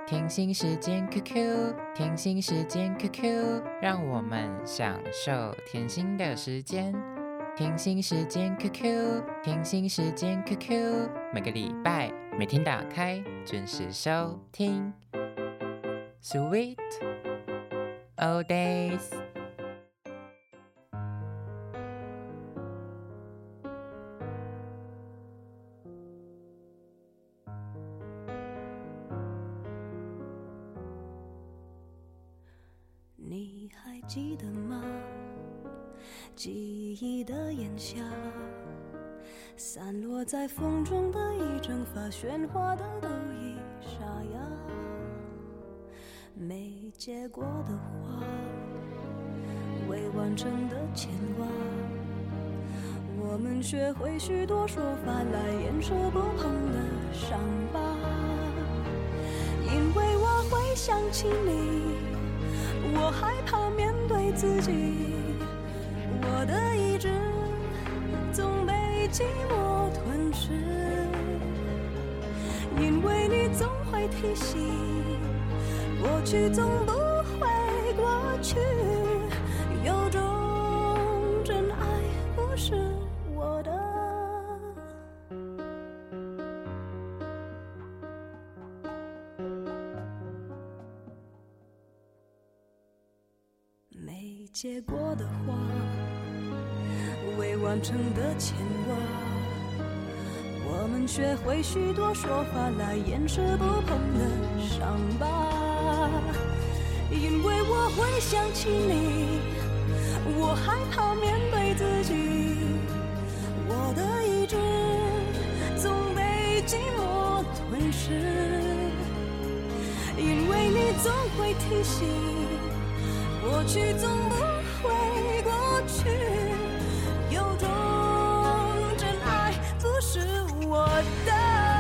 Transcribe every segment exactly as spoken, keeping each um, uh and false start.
甜心时间 Q Q， 甜心时间 Q Q， 让我们享受甜心的时间。甜心时间 Q Q， 甜心时间 Q Q， 每个礼拜每天打开，准时收听。Sweet Old Days。 你还记得吗？记忆的炎夏，散落在风中的一整发，喧哗的都已沙哑。没结果的花，未完成的牵挂，我们学会许多说法来掩饰不碰的伤疤。因为我会想起你，我害怕面对自己，我的意志总被寂寞吞噬。因为你总会提醒，过去总不会过去，有种真爱不是我的。没结果的花，未完成的牵挂，我们学会许多说法来掩饰不碰的伤疤。因为我会想起你，我害怕面对自己，我的意志总被寂寞吞噬。因为你总会提醒，过去总不会过去，有种真爱不是我的。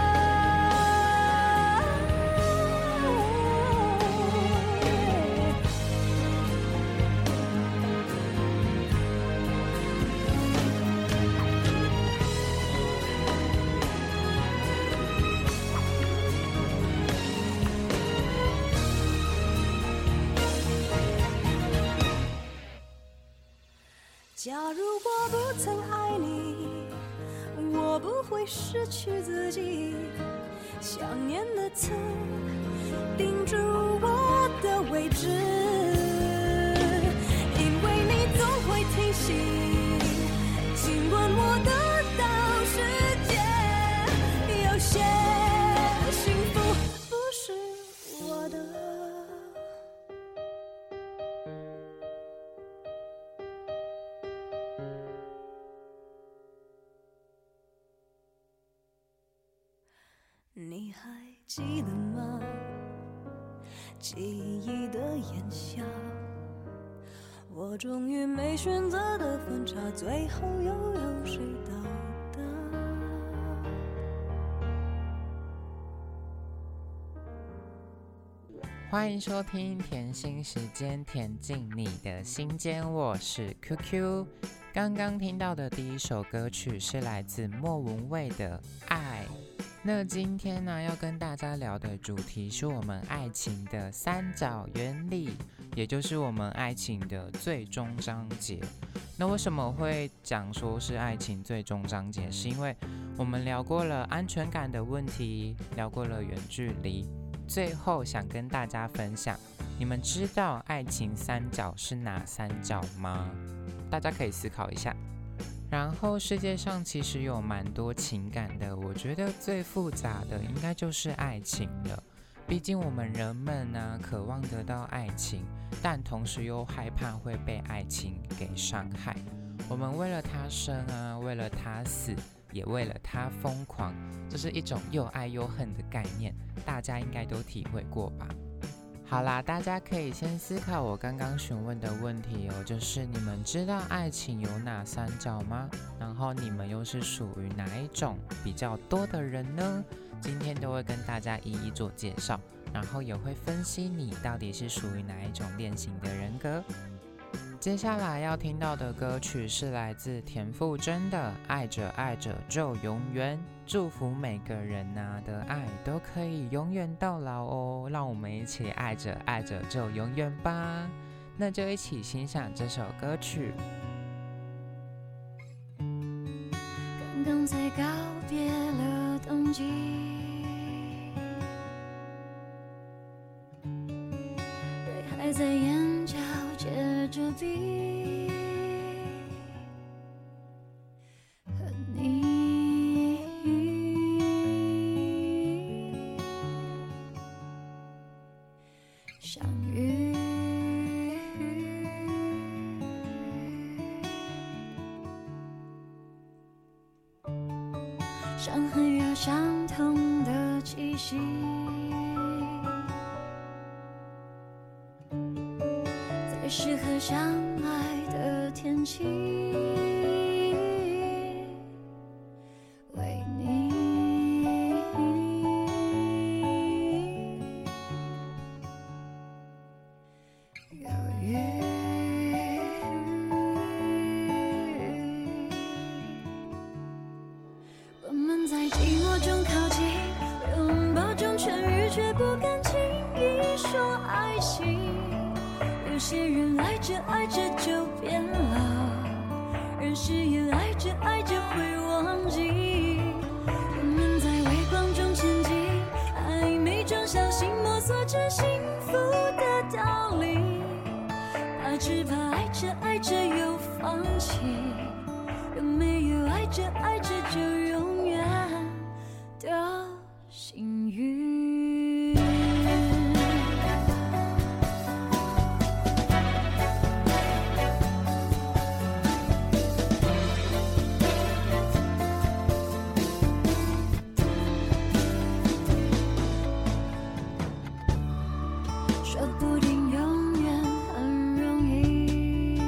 假如我不曾爱你，我不会失去自己，想念的刺钉住我的位置。因为你总会提醒，尽管我得到世界，有些幸福不是我的。你还记得吗？记忆的炎夏，我终于没选择的分岔，最后又有谁到达？ 欢迎收听甜心时间，甜进你的心间，我是 Q Q。刚刚听到的第一首歌曲是来自莫文蔚的《爱》。那今天呢，要跟大家聊的主题是我们爱情的三角原理，也就是我们爱情的最终章节。那为什么会讲说是爱情最终章节？是因为我们聊过了安全感的问题，聊过了远距离，最后想跟大家分享，你们知道爱情三角是哪三角吗？大家可以思考一下。然后世界上其实有蛮多情感的，我觉得最复杂的应该就是爱情了。毕竟我们人们呢，渴望得到爱情，但同时又害怕会被爱情给伤害。我们为了他生啊，为了他死，也为了他疯狂，这是一种又爱又恨的概念，大家应该都体会过吧。好啦，大家可以先思考我刚刚询问的问题哦，就是你们知道爱情有哪三角吗？然后你们又是属于哪一种比较多的人呢？今天都会跟大家一一做介绍，然后也会分析你到底是属于哪一种类型的人格。 接下来要听到的歌曲是来自田馥甄的《爱着爱着就永远》，祝福每个人啊的爱都可以永远到老哦，让我们一起爱着爱着就永远吧。那就一起欣赏这首歌曲。 刚刚才告别了冬季，泪还在眼角结着冰，和你相遇，伤痕有相同的气息，在适合相爱的天气，为你犹豫。我们在寂寞中靠近，拥抱中痊愈，却不敢轻易说爱情。有些人爱着爱着就变了，而誓言爱着爱着会忘记。我们在微光中前进，暧昧中小心摸索着幸福的道理，怕只怕爱着爱着又放弃。有没有爱着爱着就永远的幸运？说不定永远很容易，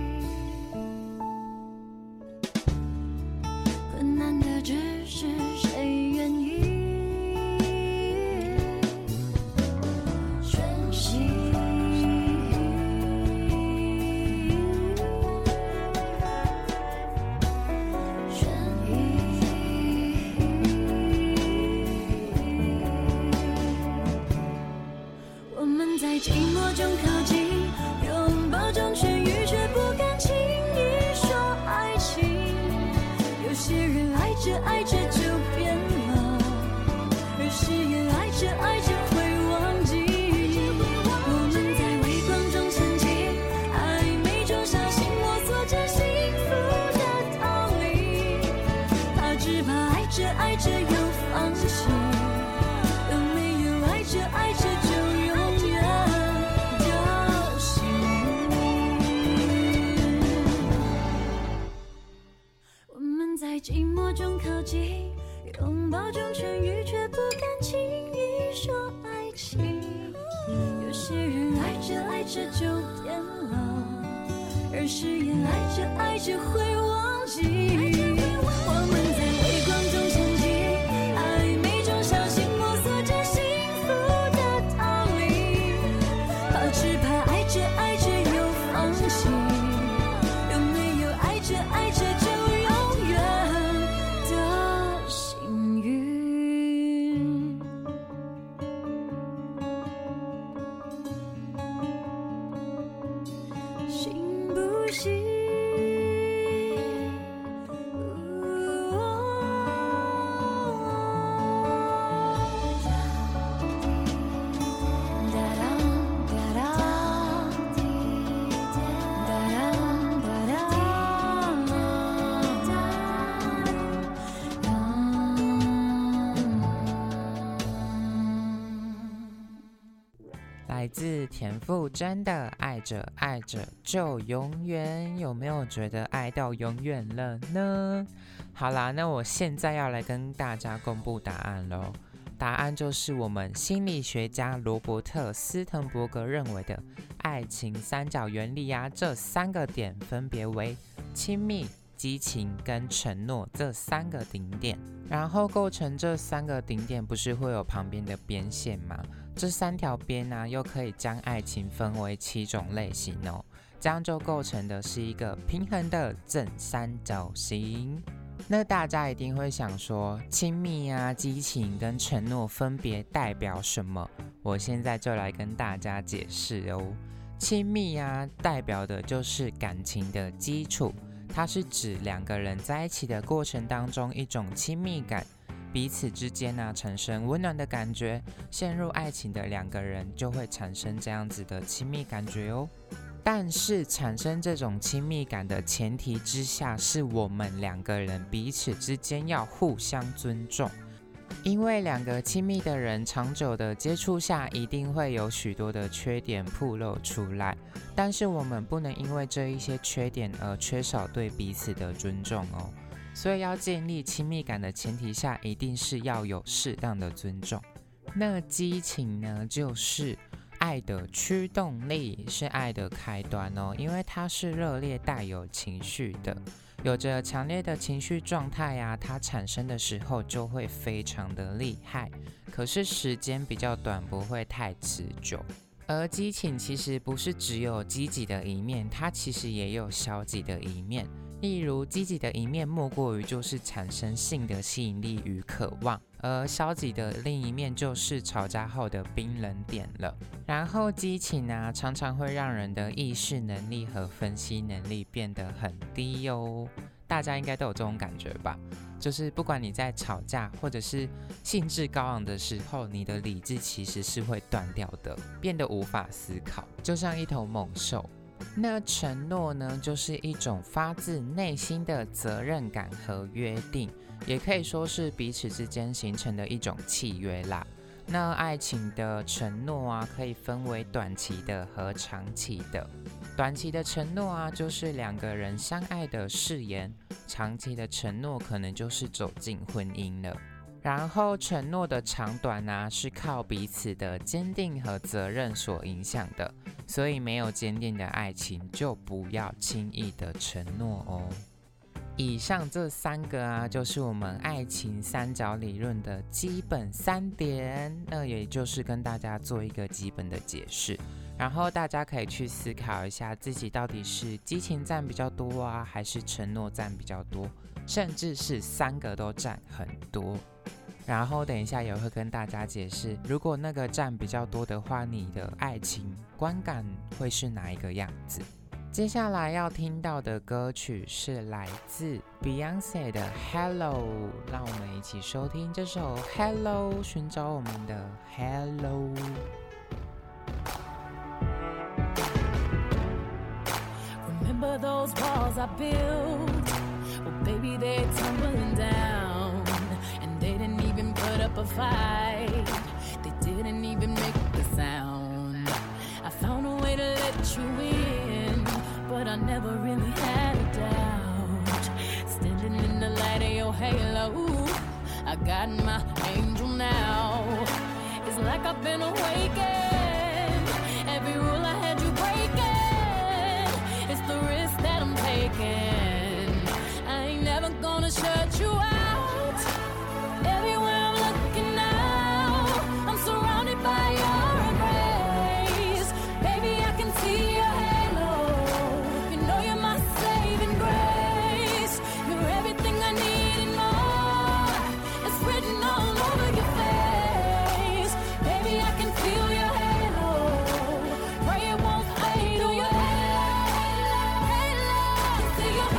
困难的只是谁愿意珍惜。愿意我们在寂寞中靠近，拥抱中痊愈，却不敢轻易说爱情。有些人爱着爱着就变了，而誓言爱着爱着会忘记。我们在微光中前进，暧昧中小心摸索着幸福的道理，怕只怕爱着爱着又放弃。有没有爱着爱着就永远的幸运？我们在寂寞中靠近，拥抱中痊愈，却不敢轻易说爱情。有些人爱着爱着就变了，而誓言爱着爱着会忘记。我们在微光中前进，暧昧中小心摸索着幸福的道理，怕只怕爱着爱着又放弃。有没有爱着爱着就永远的幸运？信不信？ 来自田馥甄的《爱着爱着就永远》，有没有觉得爱到永远了呢？好啦，那我现在要来跟大家公布答案咯。答案就是我们心理学家罗伯特·斯滕伯格认为的爱情三角原理啊，这三个点分别为亲密、激情跟承诺这三个顶点，然后构成这三个顶点不是会有旁边的边线吗？这三条边啊，又可以将爱情分为七种类型哦。 这样就构成的是一个平衡的正三角形。那大家一定会想说，亲密啊、激情跟承诺分别代表什么？我现在就来跟大家解释哦。亲密啊，代表的就是感情的基础，它是指两个人在一起的过程当中一种亲密感，彼此之间啊产生温暖的感觉，陷入爱情的两个人就会产生这样子的亲密感觉哦。但是产生这种亲密感的前提之下，是我们两个人彼此之间要互相尊重，因为两个亲密的人长久的接触下，一定会有许多的缺点暴露出来，但是我们不能因为这一些缺点而缺少对彼此的尊重哦。所以要建立亲密感的前提下，一定是要有适当的尊重。那激情呢，就是爱的驱动力，是爱的开端哦，因为它是热烈带有情绪的，有着强烈的情绪状态啊，它产生的时候就会非常的厉害，可是时间比较短，不会太持久。而激情其实不是只有积极的一面，它其实也有消极的一面。例如积极的一面莫过于就是产生性的吸引力与渴望，而消极的另一面就是吵架后的冰冷点了。然后激情啊，常常会让人的意识能力和分析能力变得很低哟。大家应该都有这种感觉吧？就是不管你在吵架或者是兴致高昂的时候，你的理智其实是会断掉的，变得无法思考，就像一头猛兽。那承诺呢，就是一种发自内心的责任感和约定，也可以说是彼此之间形成的一种契约啦。那爱情的承诺啊，可以分为短期的和长期的。短期的承诺啊，就是两个人相爱的誓言；长期的承诺可能就是走进婚姻了。然后承诺的长短啊，是靠彼此的坚定和责任所影响的，所以没有坚定的爱情就不要轻易的承诺哦。以上这三个啊，就是我们爱情三角理论的基本三点，那也就是跟大家做一个基本的解释，然后大家可以去思考一下自己到底是激情占比较多啊，还是承诺占比较多，甚至是三个都占很多。然后等一下也会跟大家解释，如果那个占比较多的话，你的爱情观感会是哪一个样子。接下来要听到的歌曲是来自 Beyonce 的 Hello， 让我们一起收听这首 Hello， 寻找我们的 Hello。 Remember those walls I built? Well, baby, they're tumbling down.They didn't even put up a fight. They didn't even make the sound. I found a way to let you in, but I never really had a doubt. Standing in the light of your halo, I got my angel now. It's like I've been awakened. Every rule I had you breaking. It's the risk that I'm taking. I ain't never gonna shut you out.Everywhere I'm looking now, I'm surrounded by your embrace. Baby, I can see your halo. You know you're my saving grace. You're everything I need and more. It's written all over your face. Baby, I can feel your halo. Pray it won't fade away. Halo, see your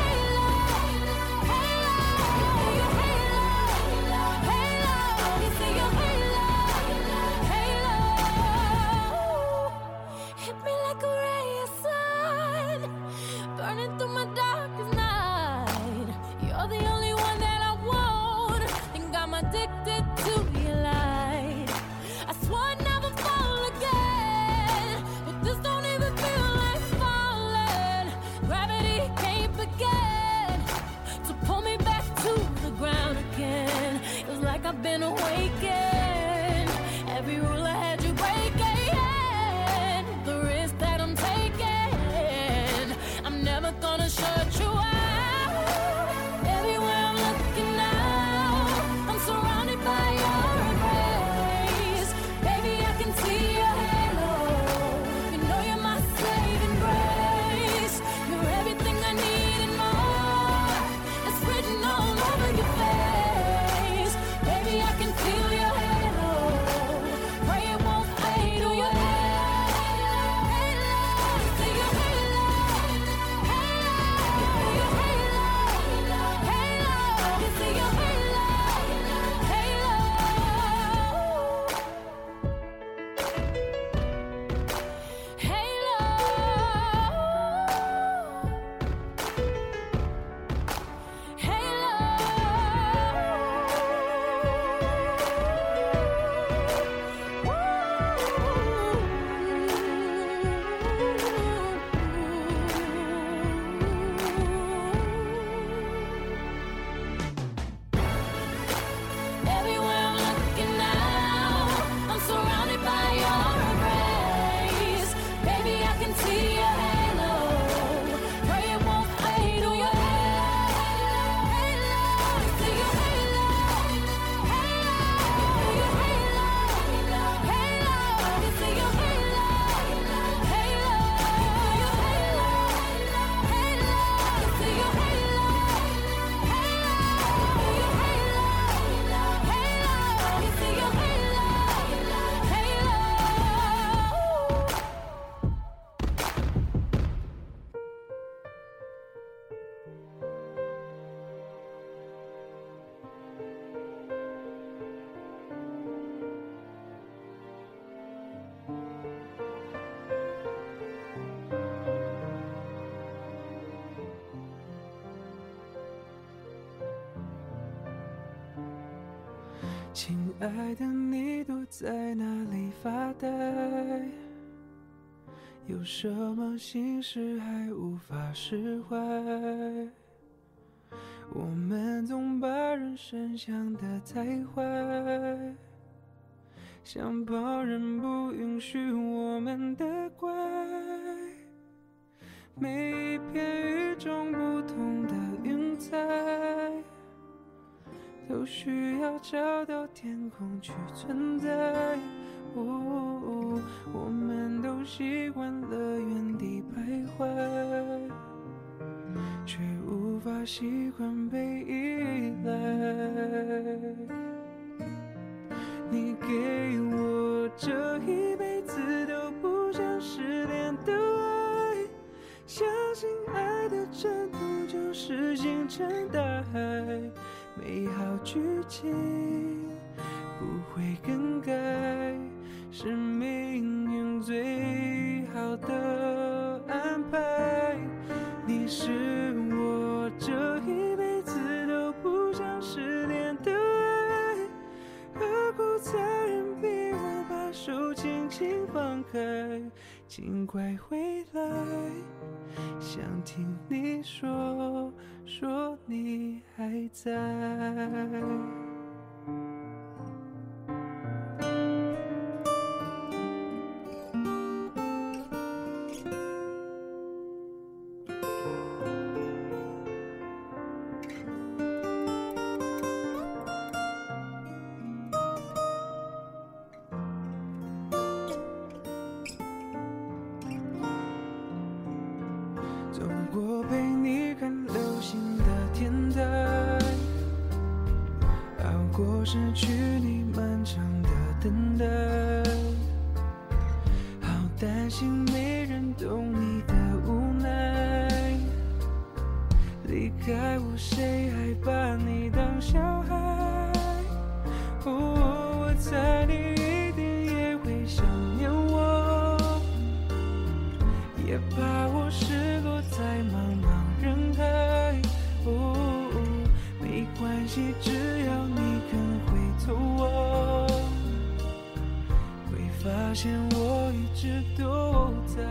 halo.I've been awakened. Every rule I had you breaking. The risk that I'm taking. I'm never gonna shut you out. Everywhere I'm looking now, I'm surrounded by your embrace. Baby, I can see your halo. You know you're my saving grace. 亲爱的，你躲在哪里发呆？有什么心事还无法释怀？我们总把人生想得太坏，想旁人不允许我们的怪。每一片与众不同的云彩，都需要找到天空去存在。哦哦，我们都习惯了原地徘徊，却无法习惯被依赖。你给我这一辈子都不想失联的爱，相信爱的征途就是星辰大海，美好剧情不会更改，是命运最好的安排。你是我这一辈子都不想失联的爱，何苦残忍逼我把手轻轻放开？尽快回来，想听你说说你还在。走过陪你看流星的天台，熬过失去你漫长的等待，好担心没人懂你的无奈，离开我谁还把你当小孩？哦，我猜你一定也会想念我，也怕我失落在茫茫人海。哦，没关系，只要你肯回头我，会发现我一直都在。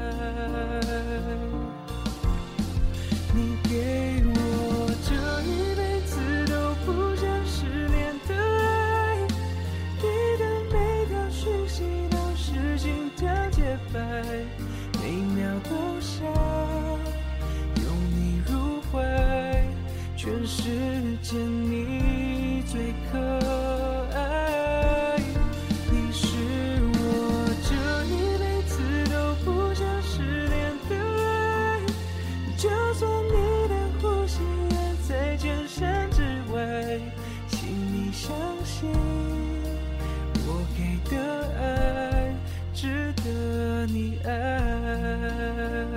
你给我这一辈子都不想失联的爱，你的每条讯息都是心跳节拍，每秒都想拥你入怀，全世界你最可爱。你是我这一辈子都不想失联的爱，就算你的呼吸也在千山之外，请你相信我给的爱值得你爱。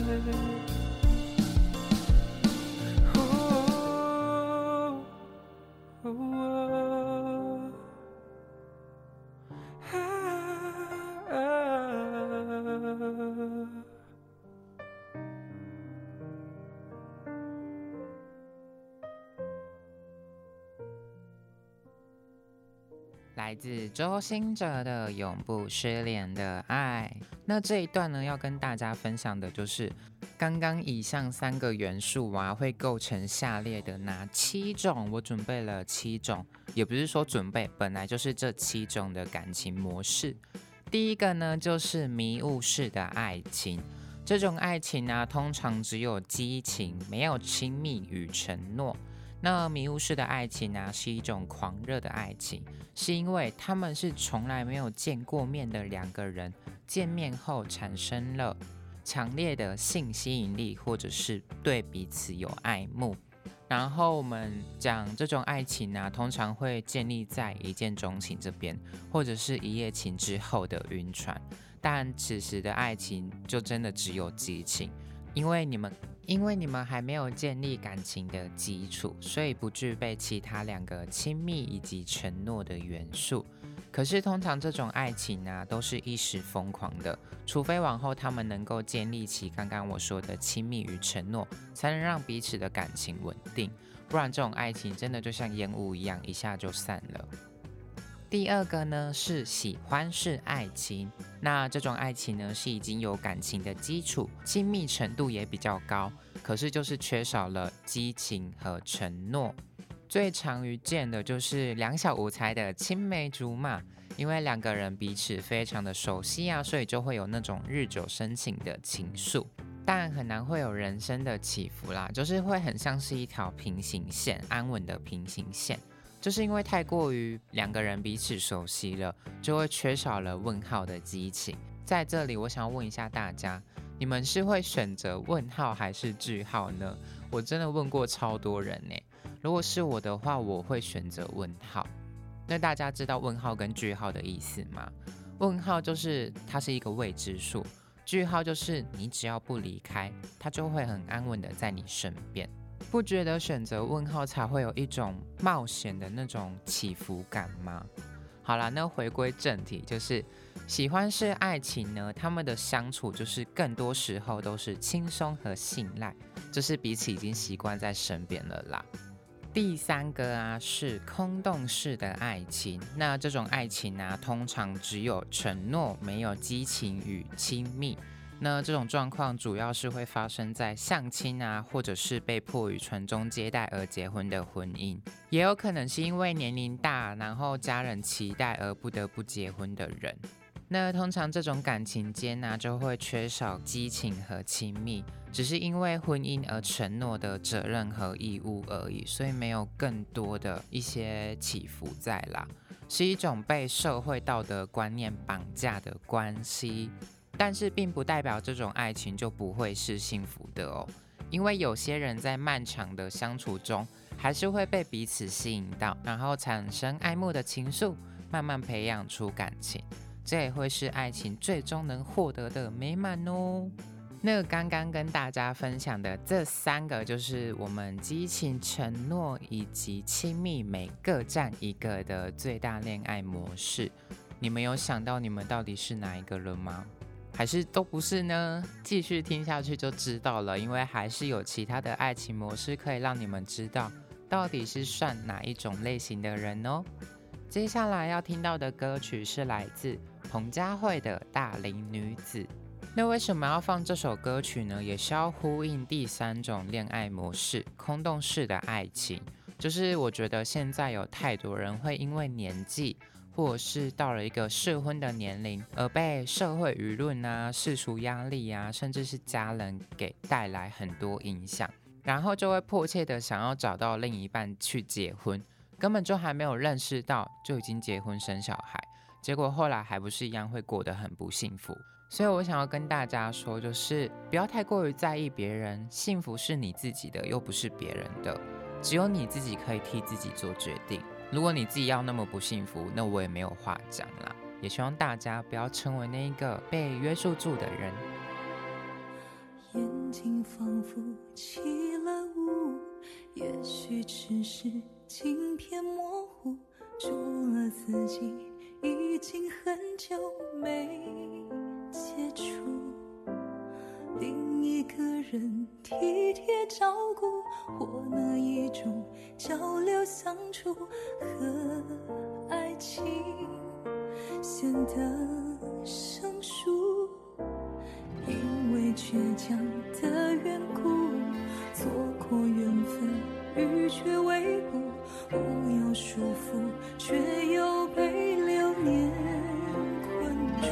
哦哦哦啊啊来自周兴哲的《永不失联的爱》。那这一段呢，要跟大家分享的就是刚刚以上三个元素啊，会构成下列的哪七种？我准备了七种，也不是说准备，本来就是这七种的感情模式。第一个呢，就是迷雾式的爱情。这种爱情啊，通常只有激情，没有亲密与承诺。那迷雾式的爱情啊，是一种狂热的爱情，是因为他们是从来没有见过面的两个人，见面后产生了强烈的性吸引力，或者是对彼此有爱慕。然后我们讲这种爱情啊，通常会建立在一见钟情这边，或者是一夜情之后的晕船。但此时的爱情就真的只有激情，因为你们因为你们还没有建立感情的基础，所以不具备其他两个亲密以及承诺的元素。可是通常这种爱情啊，都是一时疯狂的，除非往后他们能够建立起刚刚我说的亲密与承诺，才能让彼此的感情稳定，不然这种爱情真的就像烟雾一样，一下就散了。 第二个呢是喜欢式爱情，那这种爱情呢是已经有感情的基础，亲密程度也比较高，可是就是缺少了激情和承诺。最常遇见的就是两小无猜的青梅竹马，因为两个人彼此非常的熟悉啊，所以就会有那种日久生情的情愫，但很难会有人生的起伏啦，就是会很像是一条平行线，安稳的平行线。就是因为太过于两个人彼此熟悉了，就会缺少了问号的激情。在这里我想要问一下大家，你们是会选择问号还是句号呢？我真的问过超多人耶，如果是我的话，我会选择问号。那大家知道问号跟句号的意思吗？问号就是它是一个未知数，句号就是你只要不离开，它就会很安稳的在你身边。不觉得选择问号才会有一种冒险的那种起伏感吗？好啦，那回归正题，就是喜欢式爱情呢，他们的相处就是更多时候都是轻松和信赖，就是彼此已经习惯在身边了啦。第三个啊是空洞式的爱情，那这种爱情啊通常只有承诺，没有激情与亲密。那这种状况主要是会发生在相亲啊，或者是被迫于传宗接代而结婚的婚姻，也有可能是因为年龄大，然后家人期待而不得不结婚的人。那通常这种感情间啊，就会缺少激情和亲密，只是因为婚姻而承诺的责任和义务而已，所以没有更多的一些起伏在啦，是一种被社会道德观念绑架的关系。但是并不代表这种爱情就不会是幸福的哦，因为有些人在漫长的相处中，还是会被彼此吸引到，然后产生爱慕的情愫，慢慢培养出感情，这也会是爱情最终能获得的美满哦。那刚刚跟大家分享的这三个，就是我们激情、承诺以及亲密每各占一个的最大恋爱模式。你们有想到你们到底是哪一个了吗？还是都不是呢？继续听下去就知道了，因为还是有其他的爱情模式可以让你们知道到底是算哪一种类型的人哦。接下来要听到的歌曲是来自彭佳慧的《大龄女子》。那为什么要放这首歌曲呢？也是要呼应第三种恋爱模式，空洞式的爱情。就是我觉得现在有太多人会因为年纪，或者是到了一个适婚的年龄，而被社会舆论啊、世俗压力啊，甚至是家人给带来很多影响，然后就会迫切的想要找到另一半去结婚，根本就还没有认识到就已经结婚生小孩，结果后来还不是一样会过得很不幸福。所以我想要跟大家说，就是不要太过于在意别人，幸福是你自己的，又不是别人的，只有你自己可以替自己做决定。如果你自己要那么不幸福，那我也没有话讲啦。也希望大家不要成为那一个被约束住的人。 眼睛仿佛起了雾，也许只是镜片模糊，除了自己已经很久没接触，另一个人体贴照顾，或那一种交流相处和爱情显得生疏，因为倔强的缘故，错过缘分，欲却未卜，无有束缚，却又被流年困住。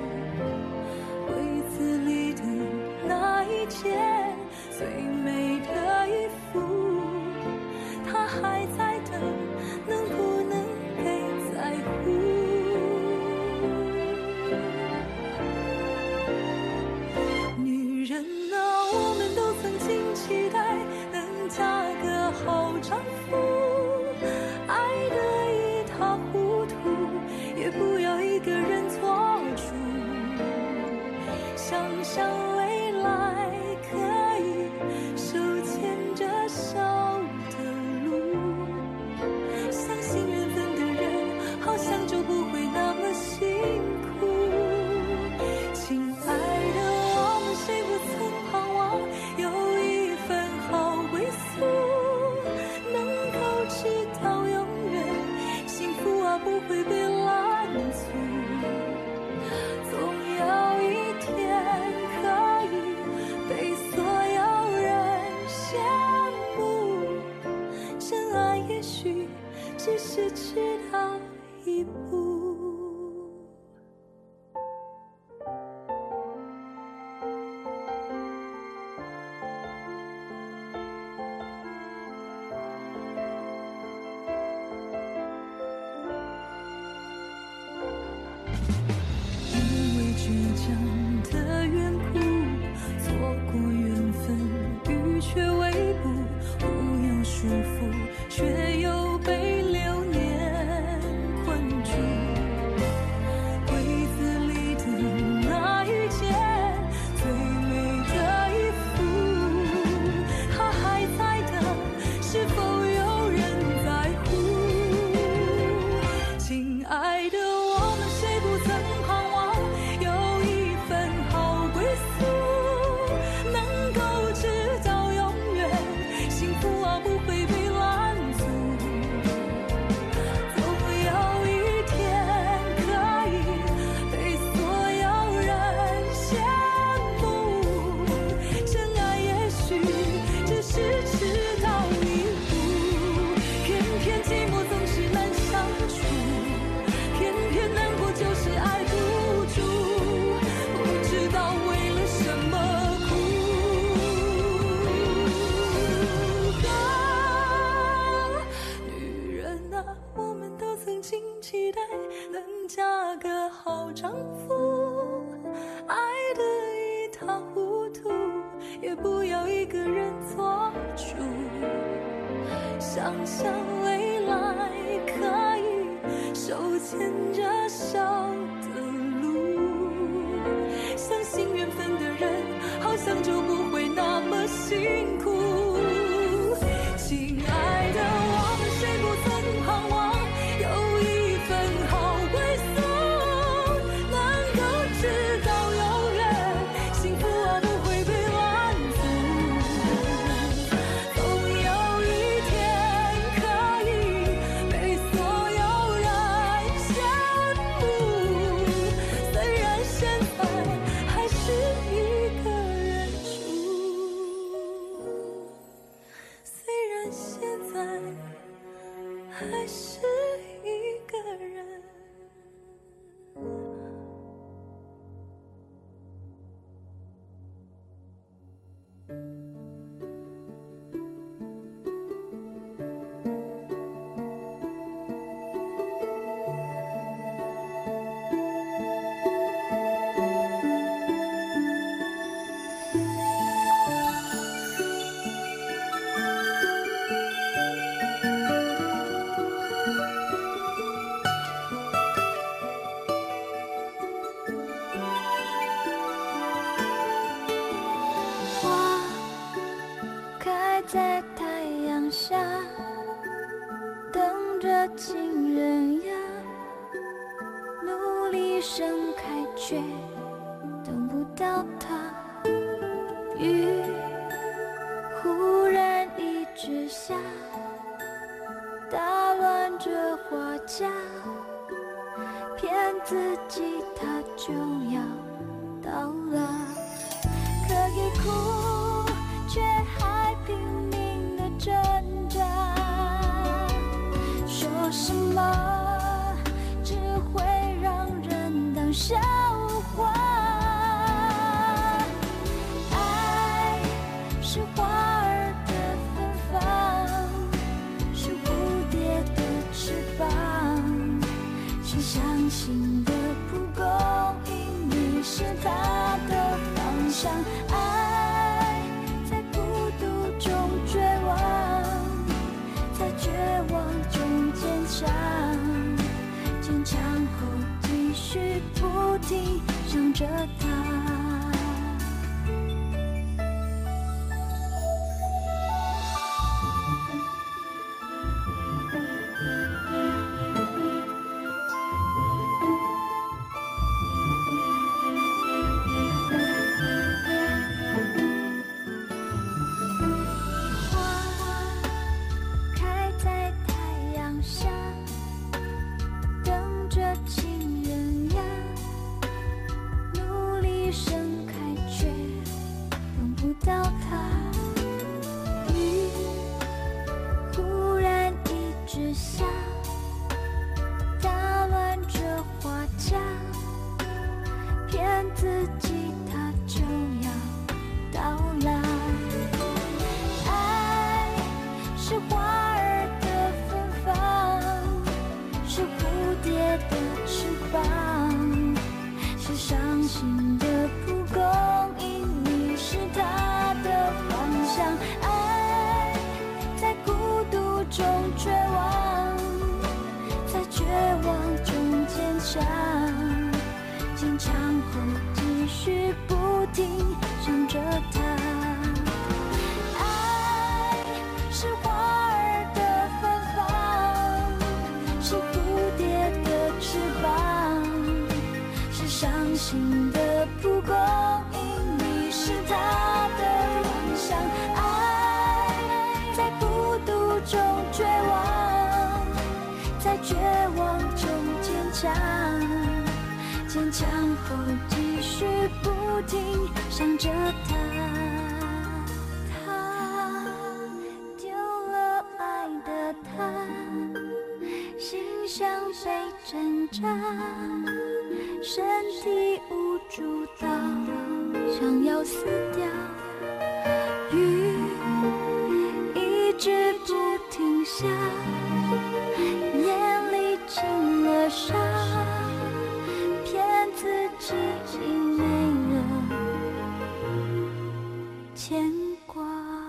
柜子里的那一件最美的衣服，他还在等，能不能被在乎？女人啊，我们都曾经期待能嫁个好丈夫，爱得一塌糊涂，也不要一个人做主，想象未来可以手牵着手的路，相信缘分的人好像就不会那么辛苦。亲爱的，我们谁不曾盼望有一份好归宿，能爱也许只是迟到一步。因为倔强的缘故，错过缘分，欲却未卜，无有束缚，却又被流年困住。柜子里的那一件最美的衣服，它还在的，是否有人在乎？亲爱的，我们谁不曾盼望有一份好归宿，能够直到永远，幸福啊不会被拦阻。总有一天可以被所有人羡慕，真爱也许只是迟到一步，偏偏寂寞总是难相处，偏偏难过就是爱不住，不知道为了什么哭。啊，女人啊，我们都曾经期待能嫁个好丈夫，爱得一塌糊涂，也不要一个人做主。想象未来可以手牵着手的路，相信缘分的人好像就不会那么辛苦。亲爱的，我们谁不曾盼望有一份好归宿，能够直到永远，幸福啊不会被拦阻。总有一天可以被所有人羡慕，虽然现在还是一个人住，虽然现在还是一个人。花开在太阳下，等着情人呀，努力盛开却等不到它。雨忽然一直下，打乱这花架，骗自己它就要到了。可以哭，却还拼命的挣扎，说什么只会让人当笑话。爱是花儿的芬芳，是蝴蝶的翅膀，是相信的蒲公英。 之下，打乱这花架，骗自己它就要到来。爱是花儿的芬芳，是蝴蝶的翅膀，是伤心的蒲公英，你是它的方向。爱在孤独中绝望，在绝望中坚强，坚强后继续不停想着它。爱是花儿的芬芳，是蝴蝶的翅膀，是伤心的蒲公英，你是它的方向。爱在孤独中绝望，在绝望中坚强，坚强后继续不停想着它。他丢了爱的他，心像被针扎，身体无助到想要死掉。雨一直不停下，眼里进了沙，骗自己已没了牵挂。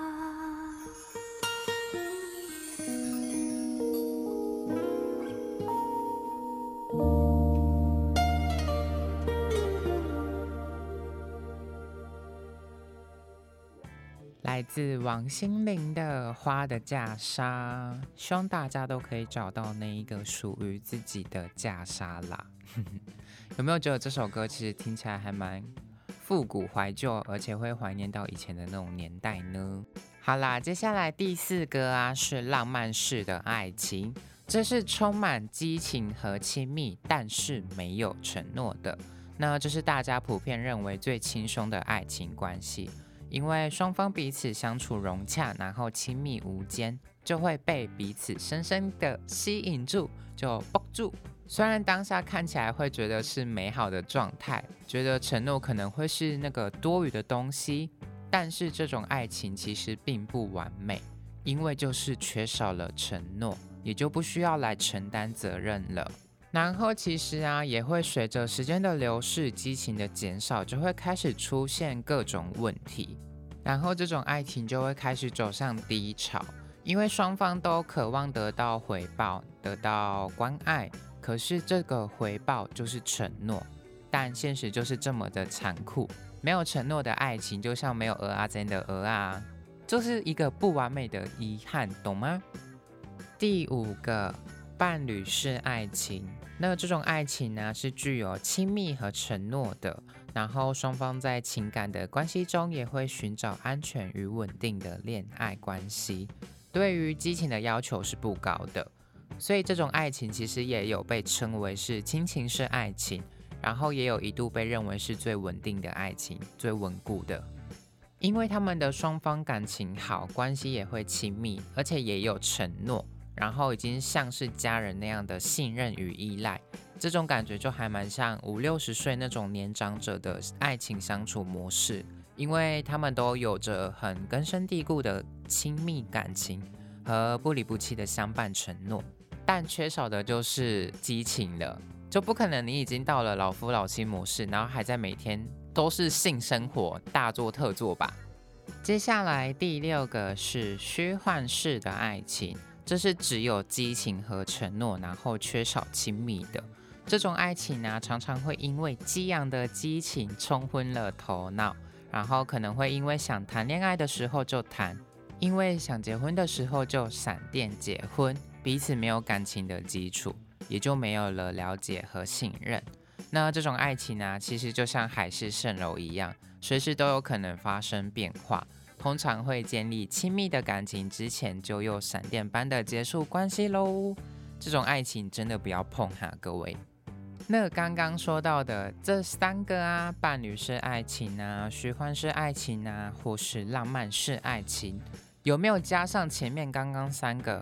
来自王心凌的《花的嫁纱》，希望大家都可以找到那一个属于自己的嫁纱啦。有没有觉得这首歌其实听起来还蛮复古怀旧，而且会怀念到以前的那种年代呢？好啦，接下来第四个啊是浪漫式的爱情，这是充满激情和亲密，但是没有承诺的。那这是大家普遍认为最轻松的爱情关系。因为双方彼此相处融洽，然后亲密无间，就会被彼此深深的吸引住，就抱住。虽然当下看起来会觉得是美好的状态，觉得承诺可能会是那个多余的东西，但是这种爱情其实并不完美，因为就是缺少了承诺，也就不需要来承担责任了。然后其实啊，也会随着时间的流逝，激情的减少，就会开始出现各种问题，然后这种爱情就会开始走向低潮，因为双方都渴望得到回报，得到关爱，可是这个回报就是承诺，但现实就是这么的残酷，没有承诺的爱情就像没有蚵仔煎的蚵仔，就是一个不完美的遗憾，懂吗？第五个，伴侣式爱情。那这种爱情呢，是具有亲密和承诺的，然后双方在情感的关系中也会寻找安全与稳定的恋爱关系，对于激情的要求是不高的，所以这种爱情其实也有被称为是亲情式爱情，然后也有一度被认为是最稳定的爱情，最稳固的，因为他们的双方感情好，关系也会亲密，而且也有承诺，然后已经像是家人那样的信任与依赖，这种感觉就还蛮像五六十岁那种年长者的爱情相处模式，因为他们都有着很根深蒂固的亲密感情和不离不弃的相伴承诺，但缺少的就是激情了，就不可能你已经到了老夫老妻模式，然后还在每天都是性生活大做特做吧。接下来第六个是虚幻式的爱情，这是只有激情和承诺，然后缺少亲密的。这种爱情呢，常常会因为激昂的激情冲昏了头脑，然后可能会因为想谈恋爱的时候就谈，因为想结婚的时候就闪电结婚，彼此没有感情的基础，也就没有了了解和信任。那这种爱情呢，其实就像海市蜃楼一样，随时都有可能发生变化，通常会建立亲密的感情之前，就又闪电般的结束关系喽。这种爱情真的不要碰哈，各位。那刚刚说到的这三个啊，伴侣式爱情啊，虚幻式爱情啊，或是浪漫式爱情，有没有加上前面刚刚三个？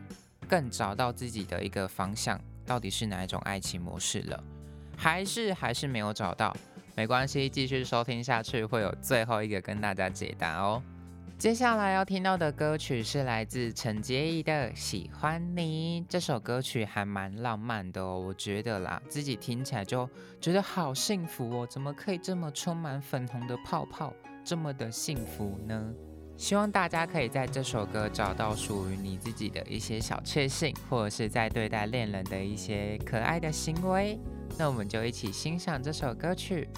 更找到自己的一个方向，到底是哪一种爱情模式了？还是还是没有找到？没关系，继续收听下去，会有最后一个跟大家解答哦。接下来要听到的歌曲是来自陈洁仪的《喜欢你》，这首歌曲还蛮浪漫的哦，我觉得啦，自己听起来就觉得好幸福哦，怎么可以这么充满粉红的泡泡，这么的幸福呢？希望大家可以在这首歌找到属于你自己的一些小确幸，或者是在对待恋人的一些可爱的行为。那我们就一起欣赏这首歌曲。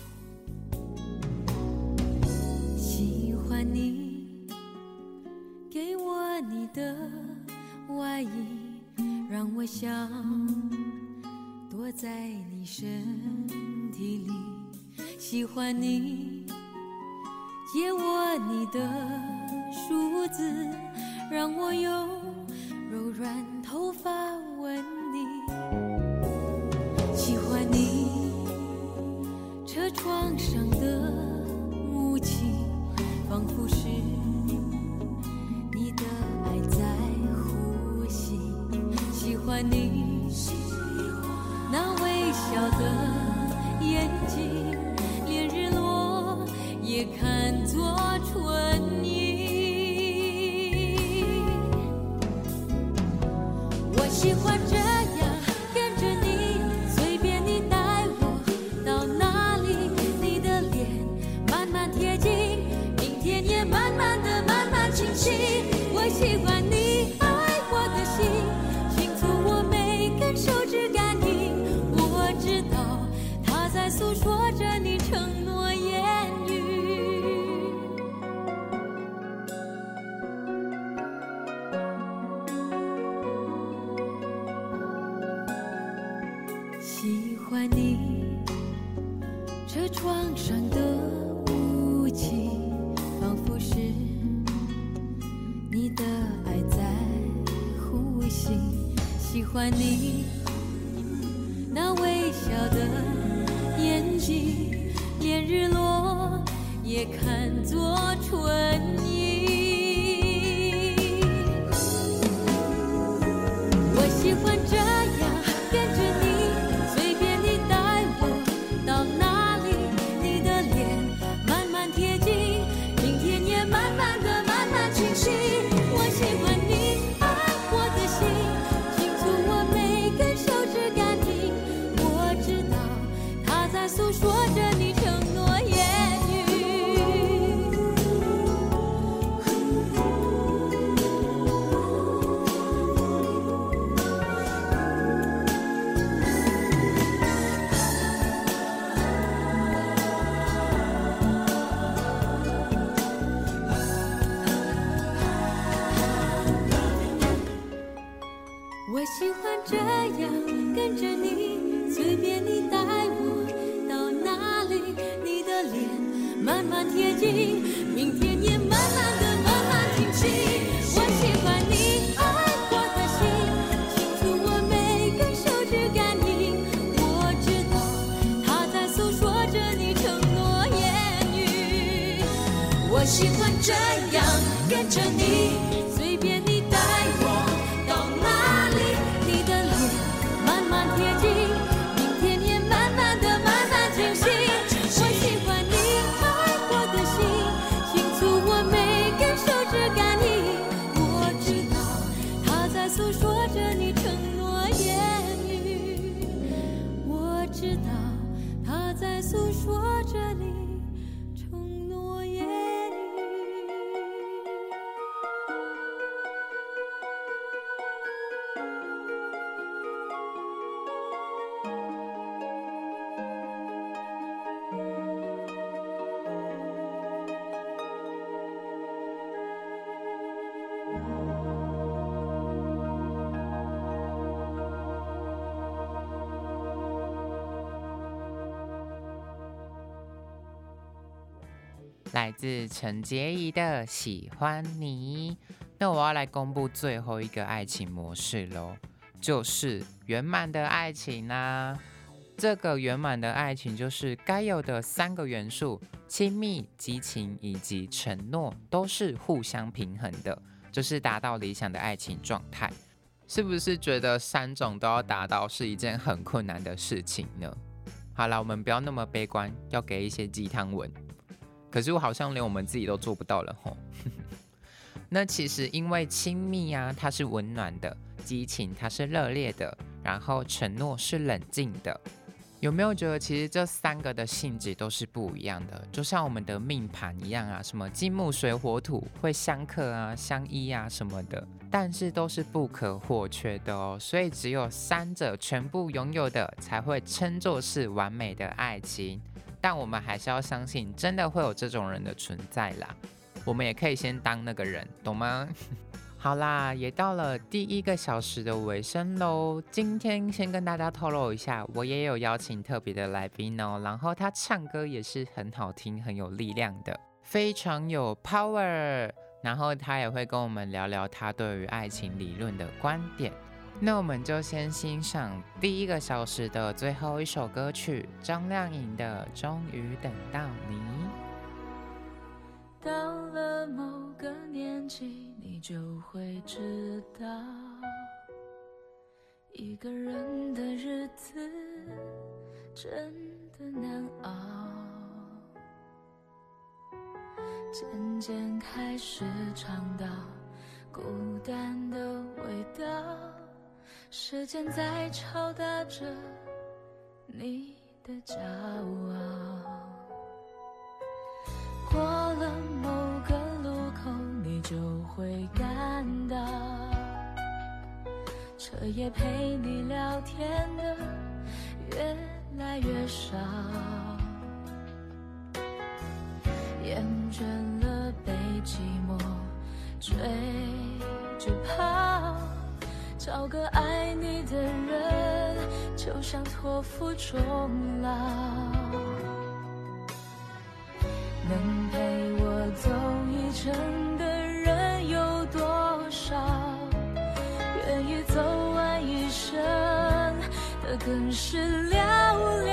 喜欢你给我你的外衣，让我想躲在你身体里。喜欢你借我你的梳子，让我用柔软头发吻你。喜欢你车窗上的雾气，仿佛是你的爱在呼吸。喜欢你那微笑的眼睛，连日落也看作春意。我喜欢这样跟着你，随便你带我到哪里，你的脸慢慢贴近，明天也慢慢的慢慢清晰。我喜欢你爱我的心，清楚我每根手指感应，我知道它在诉说着你承诺言语。喜欢你车窗上的雾气，仿佛是你的爱在呼吸。喜欢你那微笑的眼睛，连日落也看作春意。我喜欢这样跟着你，随便你带我到哪里，你的脸慢慢贴近，明天也慢慢的慢慢清晰。我喜欢你爱我的心，清楚我每根手指感应，我知道它在诉说着你承诺言语。我喜欢这样跟着你，随便你带我到哪里，你的脸慢慢贴近，明天也慢慢的慢慢清晰。我喜欢你爱我的心，清楚我每根手指感应，我知道它在诉说着你承诺言语。我喜欢这样跟着你，随便你带我到哪里，你的脸慢慢贴近，明天也慢慢的慢慢清晰。我喜欢你爱我的心，清楚我每根手指感应，我知道它在诉说着你承诺言语，我知道它在诉说着你承诺言语。 来自陈洁仪的《喜欢你》。那我要来公布最后一个爱情模式咯，就是圆满的爱情啦。这个圆满的爱情就是该有的三个元素：亲密、激情以及承诺，都是互相平衡的，就是达到理想的爱情状态。 是不是觉得三种都要达到是一件很困难的事情呢？好啦，我们不要那么悲观，要给一些鸡汤文。可是我好像连我们自己都做不到了吼。那其实因为亲密啊，它是温暖的；激情它是热烈的；然后承诺是冷静的。有没有觉得其实这三个的性质都是不一样的？就像我们的命盘一样啊，什么金木水火土会相克啊、相依啊什么的，但是都是不可或缺的哦。所以只有三者全部拥有的，才会称作是完美的爱情。但我们还是要相信，真的会有这种人的存在啦。我们也可以先当那个人，懂吗？好啦，也到了第一个小时的尾声咯。今天先跟大家透露一下，我也有邀请特别的来宾哦，然后他唱歌也是很好听、很有力量的，非常有 power。然后他也会跟我们聊聊他对于爱情理论的观点。那我们就先欣赏第一个小时的最后一首歌曲，张靓颖的《终于等到你》。 到了某个年纪，你就会知道，一个人的日子真的难熬。渐渐开始尝到孤单的味道，时间在敲打着你的骄傲。过了某个路口，你就会感到，彻夜陪你聊天的越来越少，厌倦了被寂寞追着跑，找个爱你的人，就像托付终老。能陪我走一程的人有多少？愿意走完一生的更是寥寥。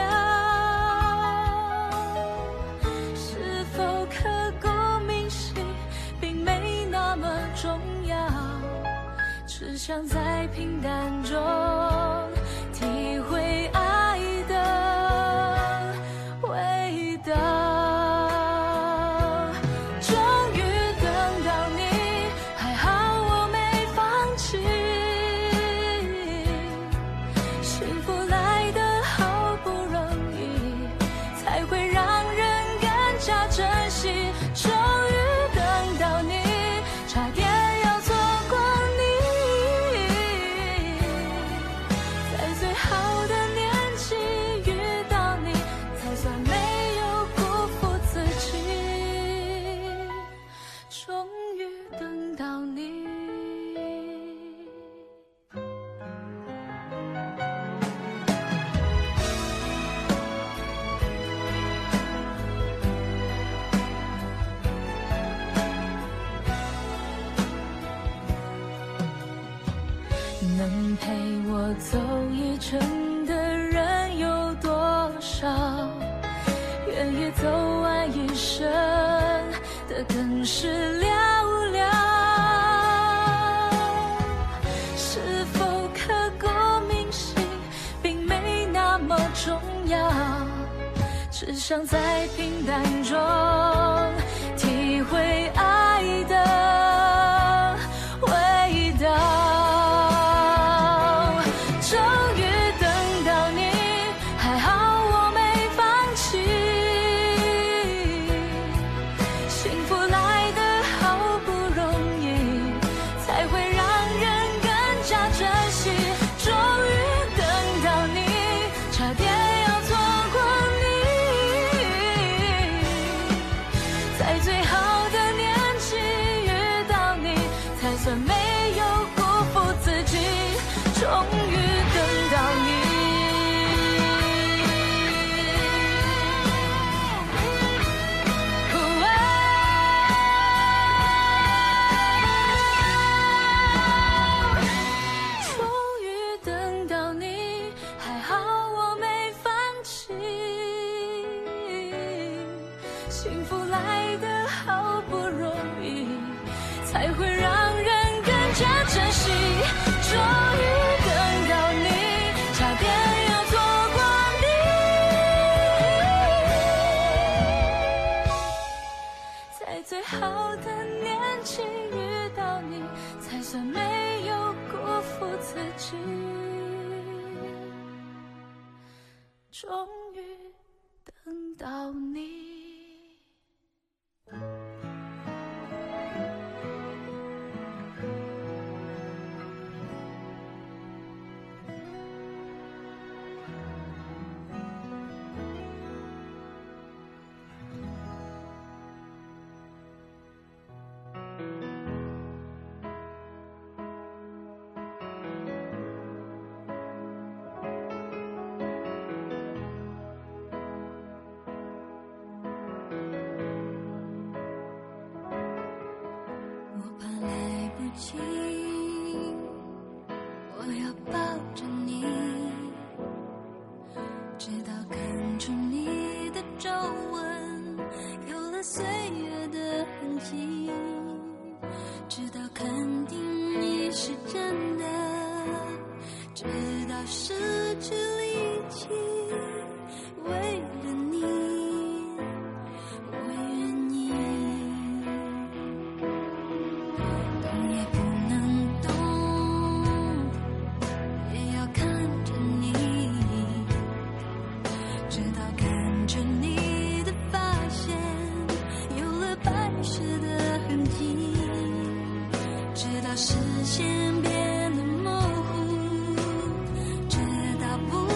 是否刻骨铭心并没那么重要，只想在平淡中体会爱的味道。能陪我走一程的人有多少？愿意走完一生的更是寥寥。是否刻骨铭心并没那么重要，只想在平淡中体会爱的味道。在最好的年服自己，终于等到你。我要抱着你，直到看出你的皱纹有了岁月的痕迹，直到肯定你是真的，直到失去力气，为了你我愿意。动也不能动，也要看着你，直到看着你的发线有了白湿的痕迹，直到视线变得模糊，直到不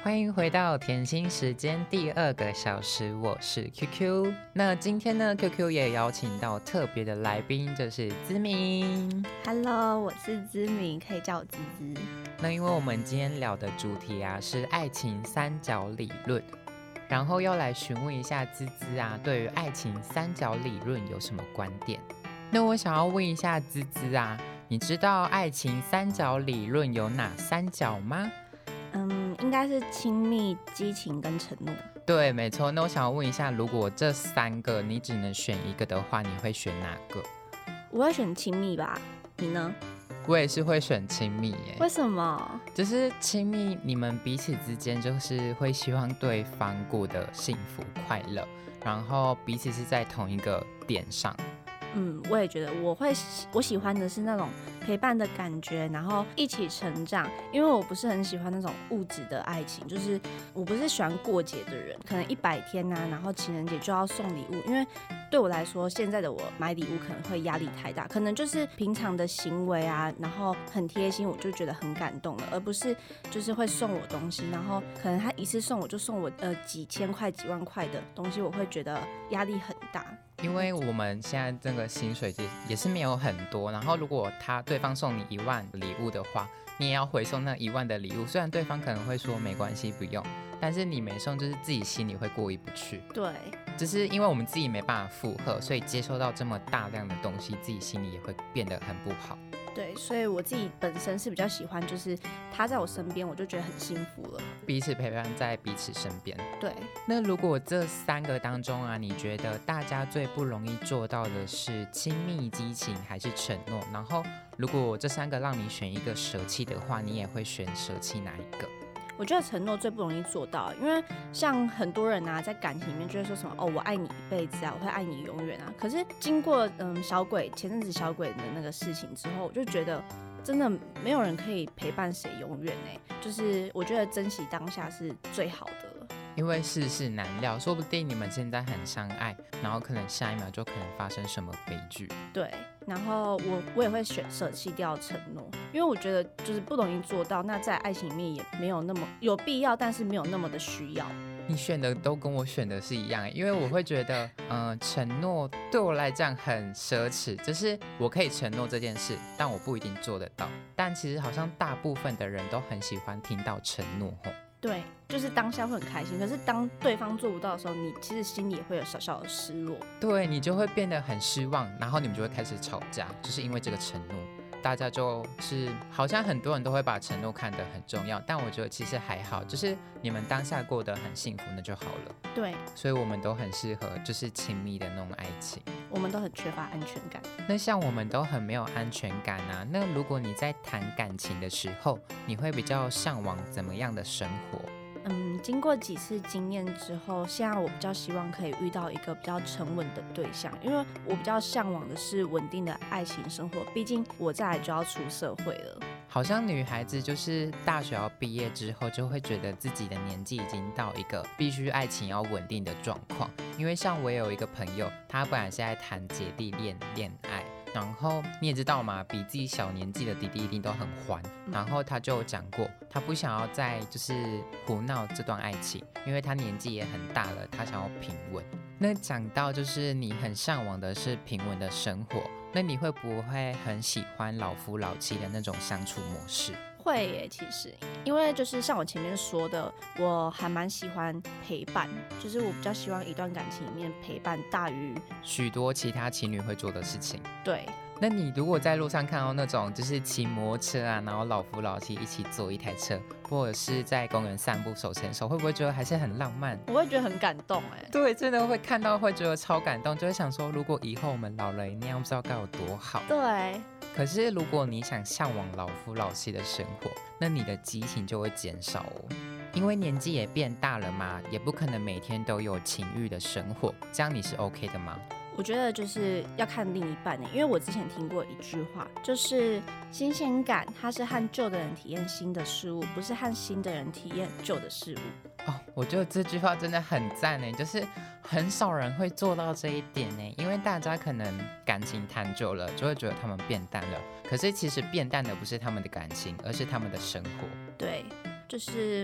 欢迎回到甜心时间第二个小时，我是 Q Q。那今天呢 ，Q Q 也邀请到特别的来宾，就是姿明。 Hello， 我是姿明，可以叫我姿姿。 那因为我们今天聊的主题啊是爱情三角理论，然后要来询问一下姿姿啊，对于爱情三角理论有什么观点？那我想要问一下姿姿啊，你知道爱情三角理论有哪三角吗？ 嗯，应该是亲密、激情跟承诺。 对，没错。那我想要问一下，如果这三个你只能选一个的话，你会选哪个？ 我会选亲密吧，你呢？ 我也是会选亲密耶。 为什么？ 就是亲密，你们彼此之间就是会希望对方过得幸福快乐，然后彼此是在同一个点上。 嗯，我也觉得我会我喜欢的是那种陪伴的感觉，然后一起成长。因为我不是很喜欢那种物质的爱情，就是我不是喜欢过节的人，可能一百天啊，然后情人节就要送礼物。因为对我来说，现在的我买礼物可能会压力太大，可能就是平常的行为啊，然后很贴心，我就觉得很感动了，而不是就是会送我东西，然后可能他一次送我就送我呃几千块、几万块的东西，我会觉得压力很大。 因为我们现在这个薪水也是没有很多，然后如果他对方送你一万礼物的话，你也要回送那一万的礼物。虽然对方可能会说没关系不用，但是你没送就是自己心里会过意不去。 对， 就是因为我们自己没办法负荷，所以接收到这么大量的东西，自己心里也会变得很不好。 对，所以我自己本身是比较喜欢，就是他在我身边，我就觉得很幸福了。 彼此陪伴在彼此身边。 对。 那如果这三个当中啊，你觉得大家最不容易做到的是亲密、激情还是承诺？然后，如果这三个让你选一个舍弃的话，你也会选舍弃哪一个？ 我觉得承诺最不容易做到，因为像很多人啊，在感情里面就会说什么哦，我爱你一辈子啊，我会爱你永远啊。可是经过嗯小鬼前阵子小鬼的那个事情之后，我就觉得真的没有人可以陪伴谁永远哎，就是我觉得珍惜当下是最好的了。 因为世事难料，说不定你们现在很相爱，然后可能下一秒就可能发生什么悲剧。 对，然后我我也会选舍弃掉承诺，因为我觉得就是不容易做到，那在爱情里面也没有那么有必要，但是没有那么的需要。 你选的都跟我选的是一样，因为我会觉得，嗯、呃，承诺对我来讲很奢侈，就是我可以承诺这件事，但我不一定做得到。但其实好像大部分的人都很喜欢听到承诺吼。 对，就是当下会很开心，可是当对方做不到的时候，你其实心里也会有小小的失落。 对，你就会变得很失望，然后你们就会开始吵架，就是因为这个承诺。大家就是好像很多人都会把承诺看得很重要，但我觉得其实还好，就是你们当下过得很幸福，那就好了。 对， 所以我们都很适合就是亲密的那种爱情。 我们都很缺乏安全感。 那像我们都很没有安全感啊，那如果你在谈感情的时候，你会比较向往怎么样的生活？ 嗯，经过几次经验之后，现在我比较希望可以遇到一个比较沉稳的对象，因为我比较向往的是稳定的爱情生活，毕竟我再来就要出社会了。 好像女孩子就是大学要毕业之后，就会觉得自己的年纪已经到一个必须爱情要稳定的状况。因为像我有一个朋友，他本来是在谈姐弟恋恋爱，然后你也知道嘛，比自己小年纪的弟弟一定都很欢，然后他就讲过，他不想要再就是胡闹这段爱情，因为他年纪也很大了，他想要平稳。那讲到就是你很向往的是平稳的生活，那你会不会很喜欢老夫老妻的那种相处模式？ 会耶，其实因为就是像我前面说的，我还蛮喜欢陪伴，就是我比较希望一段感情里面陪伴大于许多其他情侣会做的事情。 对。 那你如果在路上看到那种就是骑摩托车啊，然后老夫老妻一起坐一台车，或者是在公园散步手牵手，会不会觉得还是很浪漫？ 我会觉得很感动哎。 对，真的会看到会觉得超感动，就会想说，如果以后我们老了那样，不知道该有多好。 对。 可是如果你想向往老夫老妻的生活，那你的激情就会减少哦，因为年纪也变大了嘛，也不可能每天都有情欲的生活，这样你是 OK 的吗？ 我觉得就是要看另一半呢，因为我之前听过一句话，就是新鲜感它是和旧的人体验新的事物，不是和新的人体验旧的事物。 哦，我觉得这句话真的很赞呢，就是很少人会做到这一点呢，因为大家可能感情谈久了，就会觉得他们变淡了，可是其实变淡的不是他们的感情，而是他们的生活。 对，就是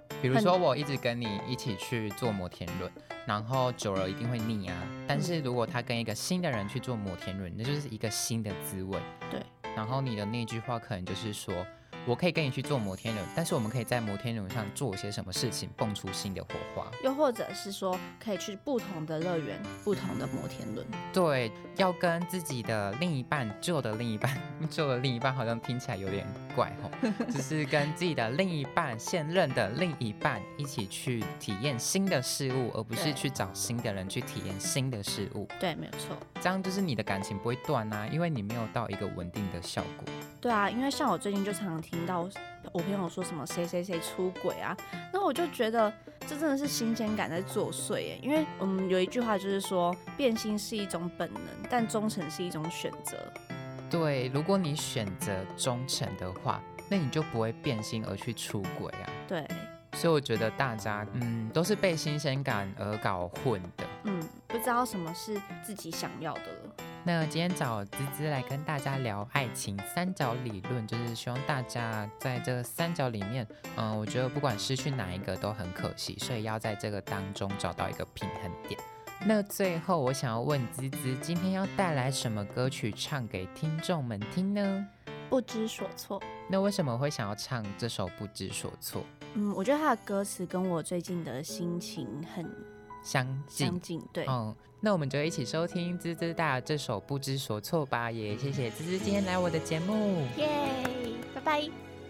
比如说我一直跟你一起去坐摩天轮，然后久了一定会腻啊。但是如果他跟一个新的人去坐摩天轮，那就是一个新的滋味。 对。 然后你的那句话可能就是说，我可以跟你去坐摩天轮，但是我们可以在摩天轮上做些什么事情，蹦出新的火花。 又或者是说，可以去不同的乐园、不同的摩天轮。 对，要跟自己的另一半、旧的另一半、旧的另一半好像听起来有点怪哦，就是跟自己的另一半、现任的另一半一起去体验新的事物，而不是去找新的人去体验新的事物。 对，没有错。 这样就是你的感情不会断啊，因为你没有到一个稳定的效果。 对啊，因为像我最近就常常听到我朋友说什么谁谁谁出轨啊，那我就觉得这真的是新鲜感在作祟耶。因为嗯有一句话就是说，变心是一种本能，但忠诚是一种选择。 对，如果你选择忠诚的话，那你就不会变心而去出轨啊。 对， 所以我觉得大家嗯都是被新鲜感而搞混的， 嗯，不知道什么是自己想要的了。 那今天找滋滋来跟大家聊爱情三角理论，就是希望大家在这个三角里面，嗯，我觉得不管失去哪一个都很可惜，所以要在这个当中找到一个平衡点。那最后我想要问滋滋，今天要带来什么歌曲唱给听众们听呢？ 不知所措。 那为什么会想要唱这首不知所措？ 嗯，我觉得它的歌词跟我最近的心情很相近， 相近，对。 嗯，那我们就一起收听滋滋带来这首不知所措吧。也谢谢滋滋今天来我的节目， 耶，拜拜。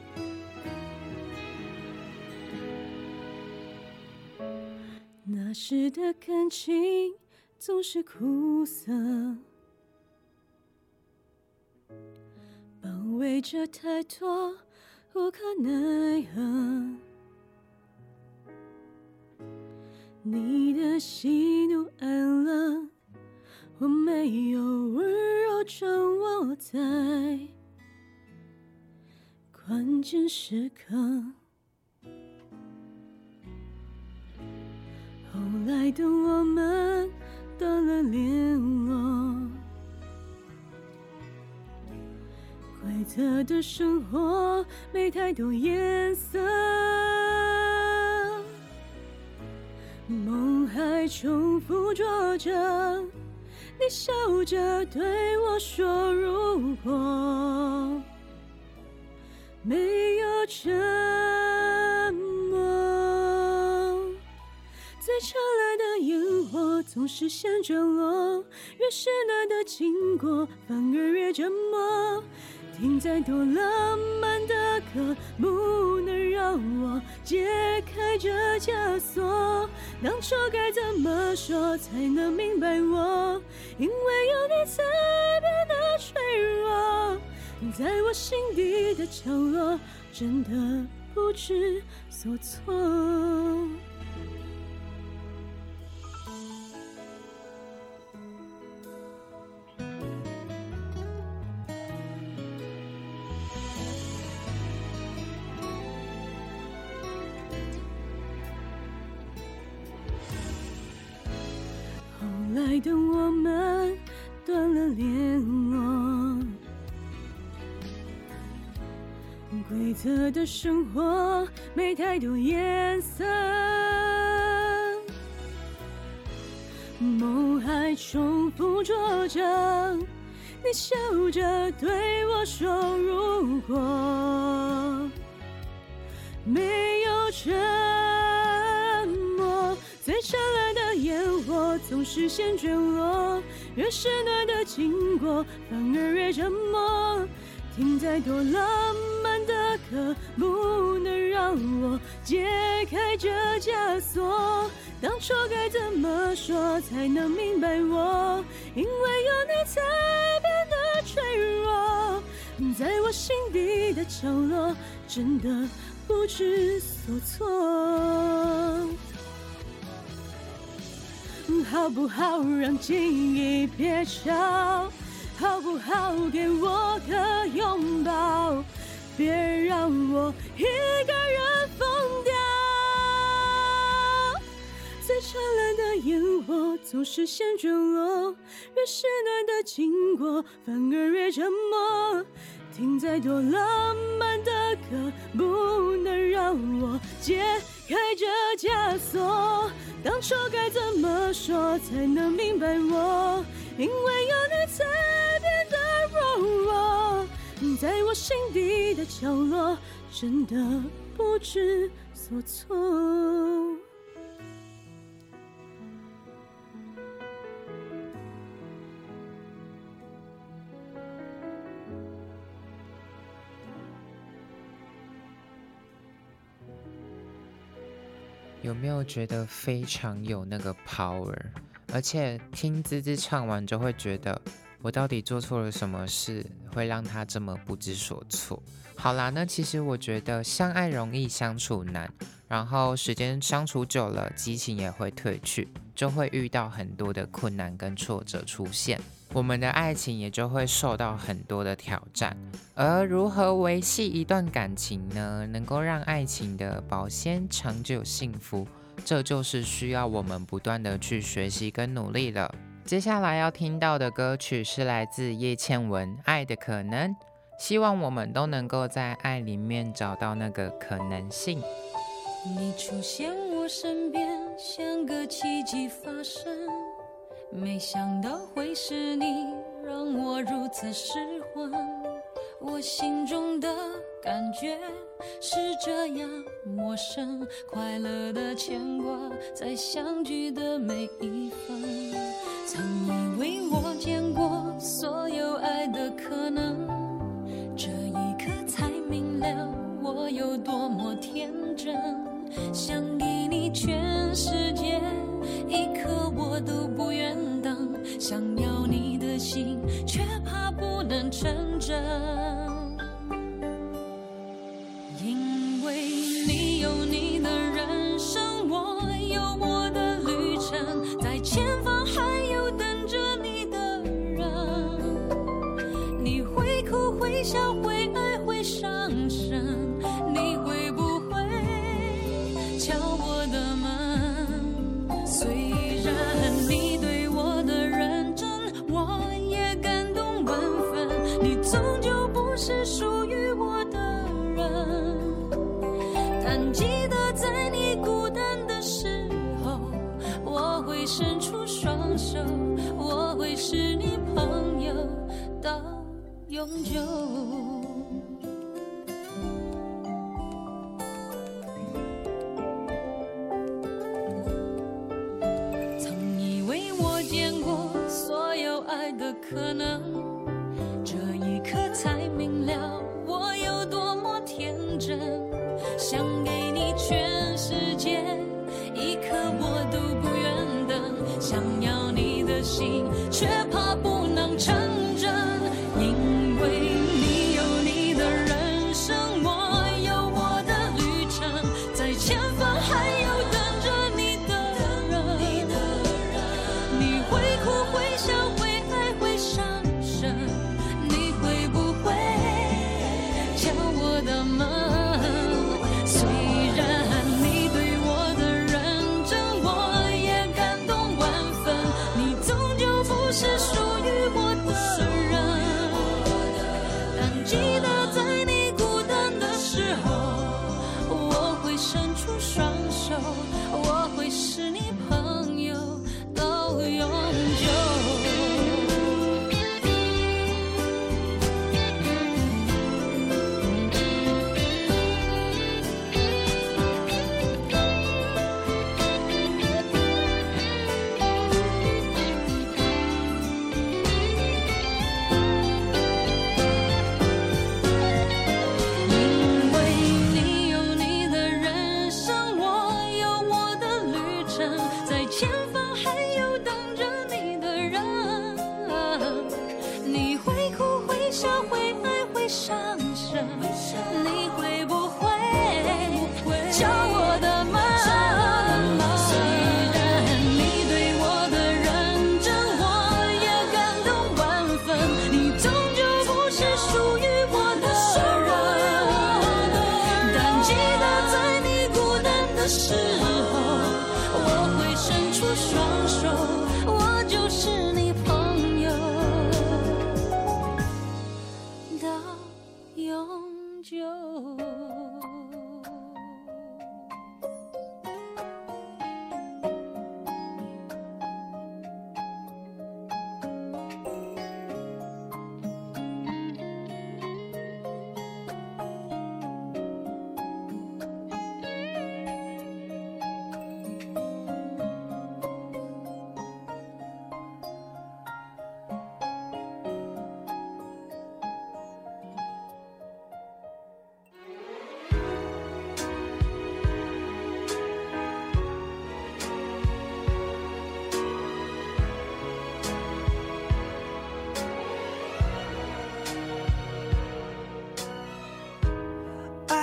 那时的感情总是苦涩，包围着太多无可奈何。你的喜怒哀乐，我没有温柔掌握在关键时刻。后来的我们断了联络，规则的生活没太多颜色，梦还重复捉着，你笑着对我说，如果没有沉默，最灿烂的烟火总是先坠落，越是暖的经过反而越折磨。听再多浪漫的歌，不能让我解开这枷锁。当初该怎么说才能明白我？因为有你才变得脆弱，在我心底的角落，真的不知所措。后来的我们断了联络，规则的生活没太多颜色，梦还重复捉着，你笑着对我说，如果没有沉默，最灿烂的烟火总是先坠落，越是暖的经过反而越折磨。听再多浪漫的歌，不能让我解开这枷锁。当初该怎么说才能明白我？因为有你才变得脆弱，在我心底的角落，真的不知所措。好不好让记忆别吵？好不好给我个拥抱？别让我一个人疯掉。最灿灿烂的烟火总是先坠落，越是暖的经过反而越沉默。听再多浪漫的歌，不能让我解开这枷锁。当初该怎么说才能明白我？因为有你才变得柔弱，在我心底的角落，真的不知所措。 有没有觉得非常有那个 power？ 而且听滋滋唱完就会觉得，我到底做错了什么事，会让他这么不知所措？好啦，那其实我觉得相爱容易相处难，然后时间相处久了，激情也会褪去，就会遇到很多的困难跟挫折出现，我们的爱情也就会受到很多的挑战。而如何维系一段感情呢？能够让爱情的保鲜长久幸福，这就是需要我们不断的去学习跟努力了。接下来要听到的歌曲是来自叶倩文《爱的可能》，希望我们都能够在爱里面找到那个可能性。 你出现我身边，像个奇迹发生，没想到会是你，让我如此失魂。我心中的感觉是这样陌生，快乐的牵挂在相聚的每一分。曾以为我见过所有爱的可能，这一刻才明了我有多么天真，想给你全世界，一刻我都不愿等，想要你的心却怕不能成真。因为你有你的人生，我有我的旅程，在前方还有等着你的人。你会哭会笑会爱会伤神，你会不会敲我的门？虽然你对我的认真，我也感动万分，你终究不是属于我的人。但记得在你孤单的时候，我会伸出双手，我会是你朋友到永久。曾以为我见过所有爱的可能，这一刻才明了我有多么天真，想给你全世界，一刻我都不愿等，想要你的心却怕不能成真。因为你有你的人生，我有我的旅程，在前方还有等着你的人。你会哭会笑会爱会伤神，你会不会敲我的门？虽然你对我的认真，我也感动万分，你终究不是属于我的人。但记得在你孤单的时候，我会伸出双手，我会是你朋友到永久。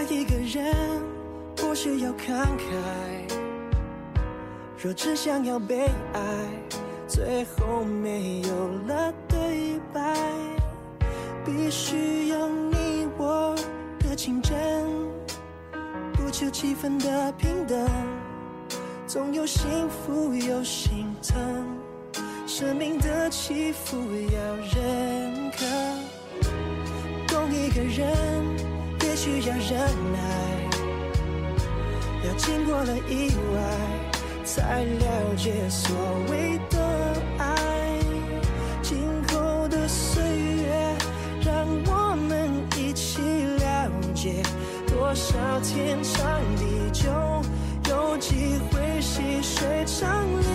一个人不需要慷慨，若只想要被爱，最后没有了对白，必须有你我的情真，不求气氛的平等，总有幸福有心疼，生命的起伏要认可，懂一个人也需要忍耐，要经过了意外才了解所谓的爱，今后的岁月让我们一起了解，多少天长地久，有机会细水长流，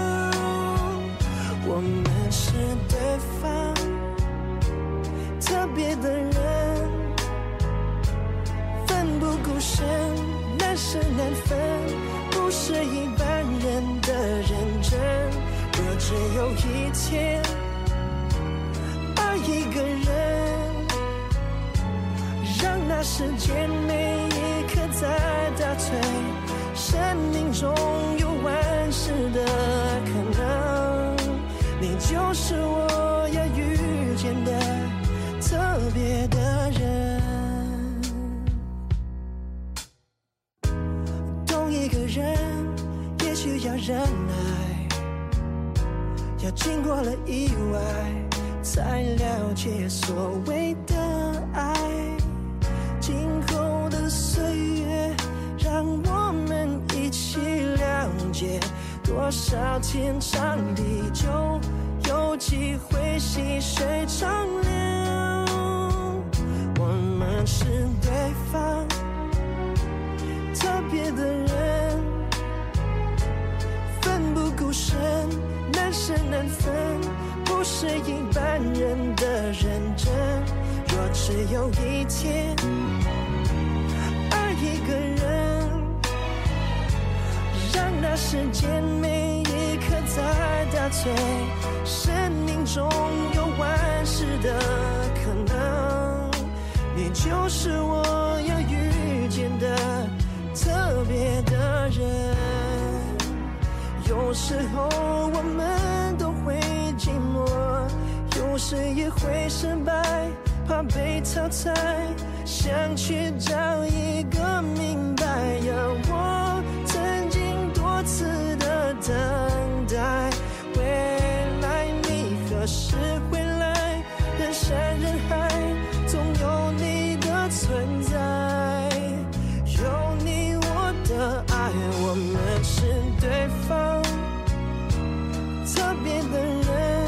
我们是对方特别的人，奋不顾身，难舍难分，不是一般人的认真，若只有一天爱一个人，让那时间每一刻在倒退，生命中有万事的可能，你就是我要遇见的特别的人。懂一个人也需要忍耐，要经过了意外才了解所谓的爱，今后的岁月让我们一起了解，多少天长地久，有机会细水长流，我们是对方特别的人，奋不顾身，难舍难分，不是一般人的认真，若只有一天爱一个人，让那时间每一刻在倒退，生命中有万事的可能，你就是我要遇见的特别的人。有时候我们都会寂寞，有时也会失败，怕被淘汰，想去找一个明白呀，我曾经多次的等待，未来你何时回来，人山人海总有你的存在，有你我的爱，我们是对方特别的人，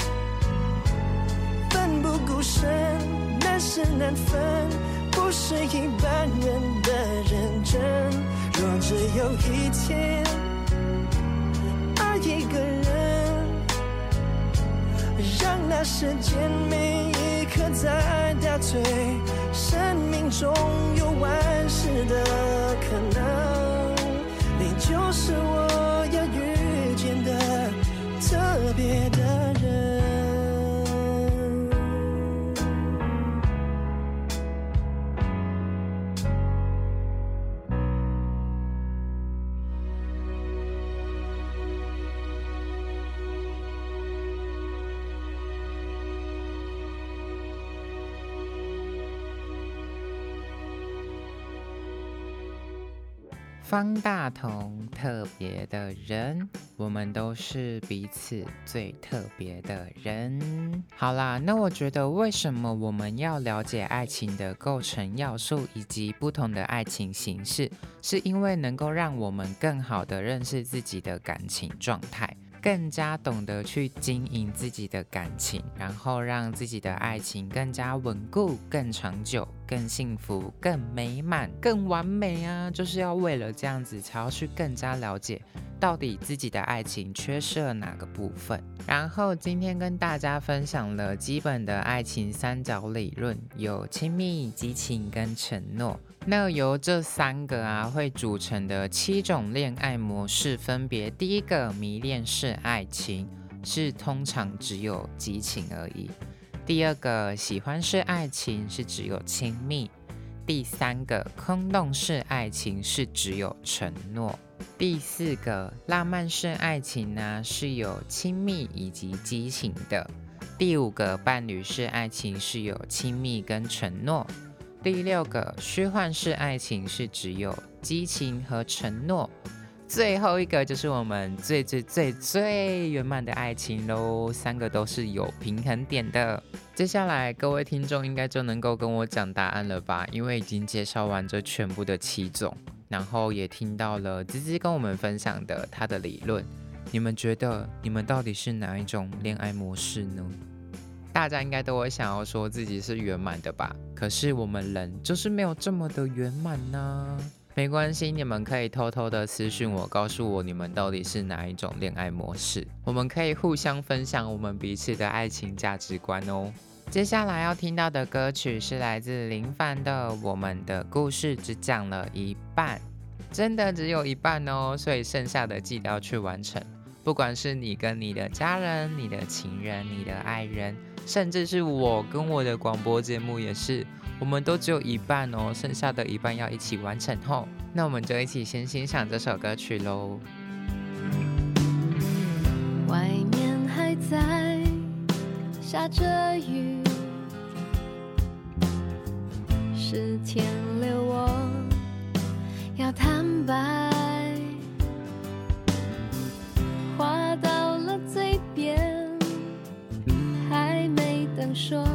奋不顾身，难舍难分，不是一般人的认真，若只有一天爱一个人，让那时间每一刻在倒退，生命中有万事的可能，你就是我要遇见的特别的人。 方大同，特别的人，我们都是彼此最特别的人。好啦，那我觉得为什么我们要了解爱情的构成要素以及不同的爱情形式，是因为能够让我们更好的认识自己的感情状态，更加懂得去经营自己的感情，然后让自己的爱情更加稳固、更长久、更幸福、更美满、更完美啊！就是要为了这样子，才要去更加了解到底自己的爱情缺失了哪个部分。然后今天跟大家分享了基本的爱情三角理论，有亲密、激情跟承诺。那由这三个啊会组成的七种恋爱模式，分别第一个迷恋式爱情，是通常只有激情而已；第二个喜欢式爱情是只有亲密； 第三个，空洞式爱情是只有承诺。第四个，浪漫式爱情呢是有亲密以及激情的。第五个，伴侣式爱情是有亲密跟承诺。第六个，虚幻式爱情是只有激情和承诺。最后一个就是我们最最最最圆满的爱情咯，三个都是有平衡点的。接下来各位听众应该就能够跟我讲答案了吧，因为已经介绍完这全部的七种，然后也听到了芝芝跟我们分享的他的理论。你们觉得你们到底是哪一种恋爱模式呢？大家应该都会想要说自己是圆满的吧，可是我们人就是没有这么的圆满呢。没关系，你们可以偷偷的私讯我，告诉我你们到底是哪一种恋爱模式，我们可以互相分享我们彼此的爱情价值观哦。接下来要听到的歌曲是来自林凡的《我们的故事只讲了一半》，真的只有一半哦，所以剩下的记得要去完成。不管是你跟你的家人、你的情人、你的爱人，甚至是我跟我的广播节目也是，我们都只有一半哦，剩下的一半要一起完成后。那我们就一起先欣赏这首歌曲咯。 外面还在下着雨，是天留我要坦白，话到了嘴边还没等说，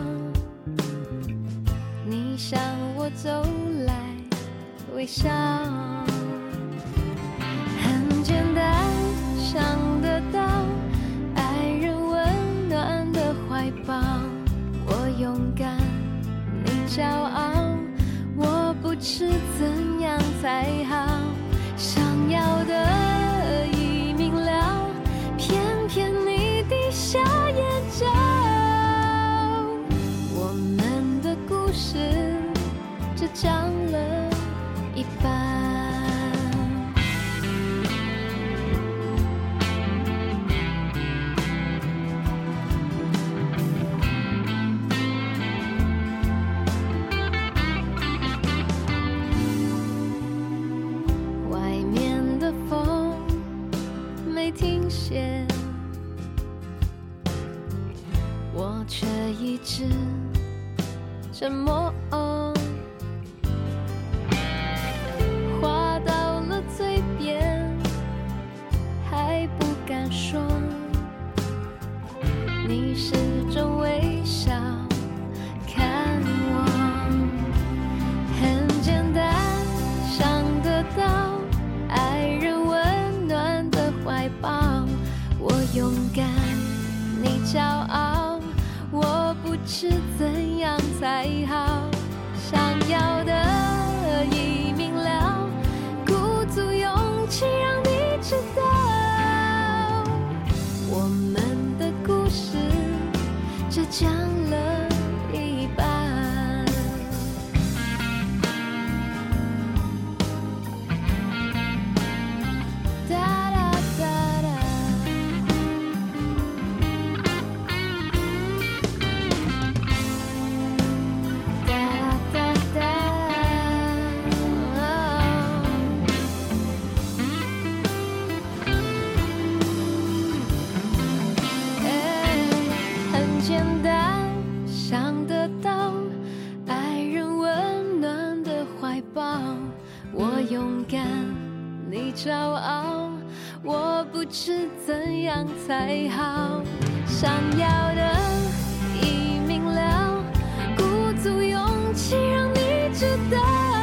你向我走来微笑，很简单想得到爱人温暖的怀抱，我勇敢你骄傲，我不知怎样才好，想要的已明了，偏偏你低下眼角，我们的故事只讲了一半。外面的风没停歇，我却一直沉默，话到了嘴边还不敢说，你始终微笑看我，很简单想得到爱人温暖的怀抱，我勇敢你骄傲，我不知怎样才好，想要的已明了，鼓足勇气让你知道，我们的故事只讲了一半。哒哒哒哒，简单想得到爱人温暖的怀抱，我勇敢你骄傲，我不知怎样才好，想要的已明了，鼓足勇气让你知道，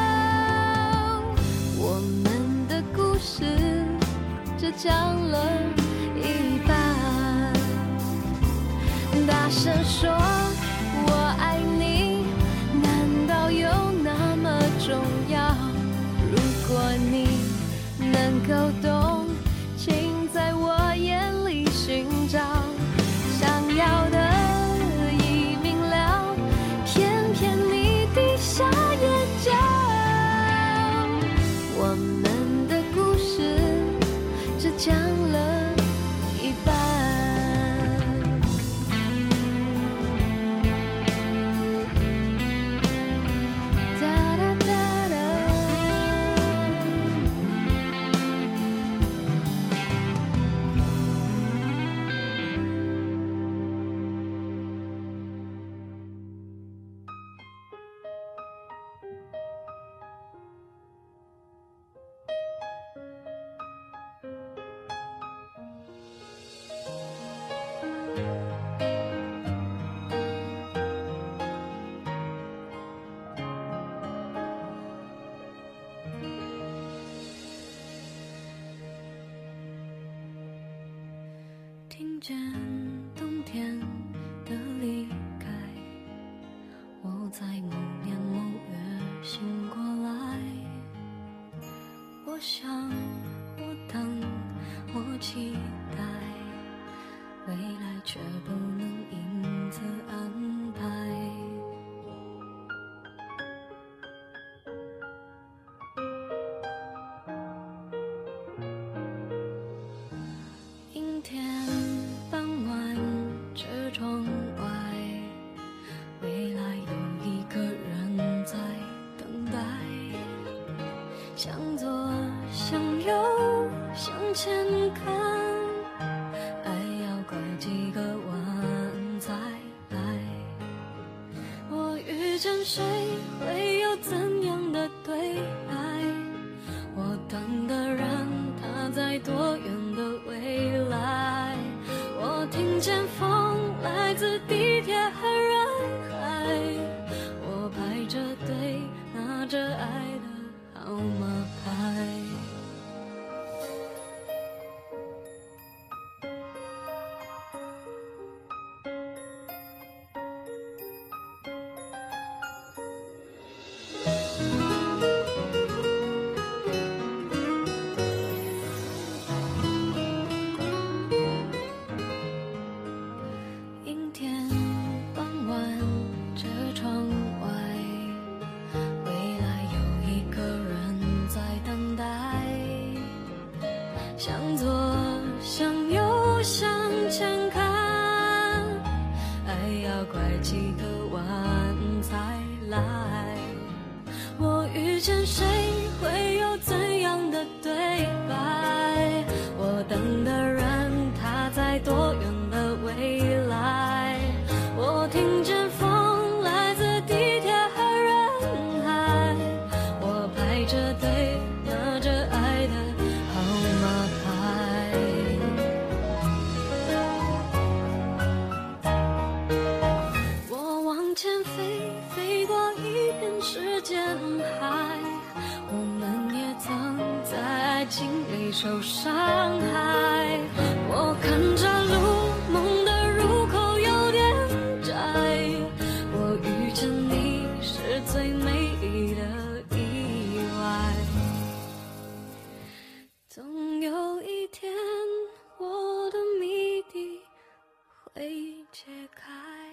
我们的故事只讲了一半。大声说我爱你，难道有那么重要？如果你能够懂，请在我眼里寻找，想要的已明了，偏偏你低下眼角，我们的故事只讲了一半。哒哒听见冬天的离开，我在某年某月醒过来，我想我等我期待，未来却不能因此安排。阴天傍晚，这窗外，未来有一个人在等待，向左向右向前看，爱要拐几个弯才来。我遇见谁会有怎样的对白，我等的人他在多远的未来，我听见风来自地铁和人海，我排着队拿着爱的号码牌。阴天傍晚，这窗外，未来有一个人在等待，向左向右向前看，爱要拐几个弯才来。我遇见谁会有怎样的对白，我等的人他在多远的未来，我听见风来自地铁和人海，我排着队拿着爱的号码牌。我往前飞，飞过一片时间海，我们也曾在爱情里受伤害，我看着路，梦的入口有点窄，我遇见你是最美丽的意外，总有一天我的谜底会解开。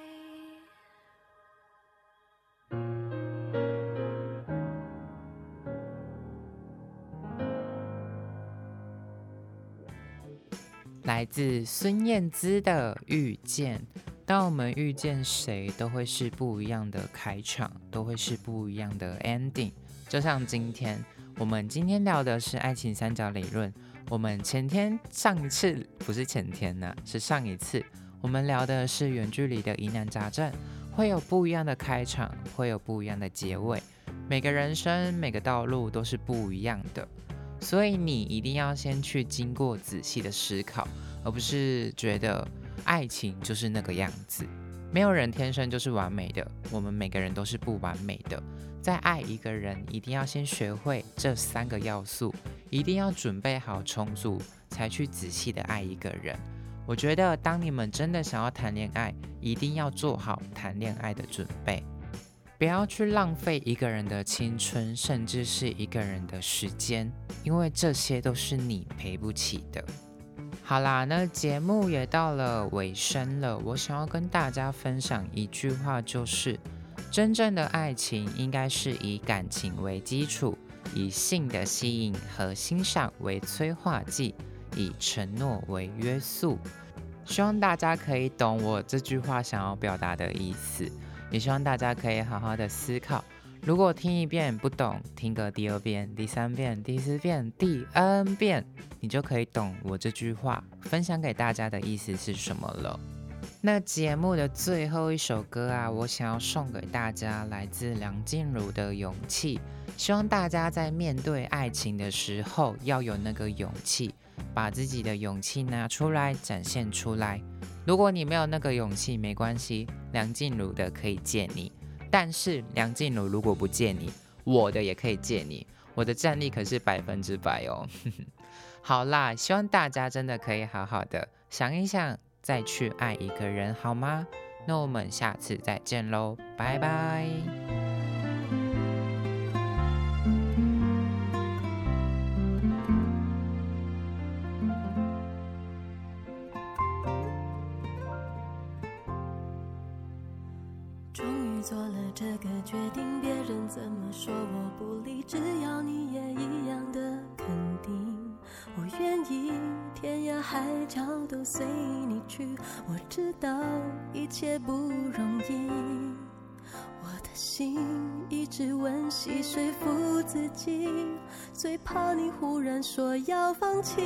来自孙燕姿的《遇见》。当我们遇见谁，都会是不一样的开场，都会是不一样的 ending。就像今天，我们今天聊的是爱情三角理论。我们前天上一次不是前天呢、啊，是上一次，我们聊的是远距离的疑难杂症，会有不一样的开场，会有不一样的结尾。每个人生，每个道路都是不一样的。所以你一定要先去经过仔细的思考，而不是觉得爱情就是那个样子。没有人天生就是完美的，我们每个人都是不完美的。在爱一个人，一定要先学会这三个要素，一定要准备好充足，才去仔细的爱一个人。我觉得当你们真的想要谈恋爱，一定要做好谈恋爱的准备。不要去浪费一个人的青春，甚至是一个人的时间，因为这些都是你赔不起的。好啦，那节目也到了尾声了，我想要跟大家分享一句话，就是真正的爱情应该是以感情为基础，以性的吸引和欣赏为催化剂，以承诺为约束。希望大家可以懂我这句话想要表达的意思，也希望大家可以好好的思考。如果听一遍不懂，听个第二遍、第三遍、第四遍、第 N 遍，你就可以懂我这句话分享给大家的意思是什么了。那节目的最后一首歌啊，我想要送给大家，来自梁静茹的《勇气》。希望大家在面对爱情的时候，要有那个勇气，把自己的勇气拿出来，展现出来。如果你没有那个勇气，没关系，梁静茹的可以借你。但是梁静茹如果不借你，我的也可以借你，我的战力可是百分之百哦。好啦，希望大家真的可以好好的想一想， 再去爱一个人，好吗？那我们下次再见喽，拜拜。 终于做了这个决定，别人怎么说我不理，只要你也一样的肯定，我愿意天涯海角都随你去。我知道一切不容易，我的心一直温习说服自己，最怕你忽然说要放弃。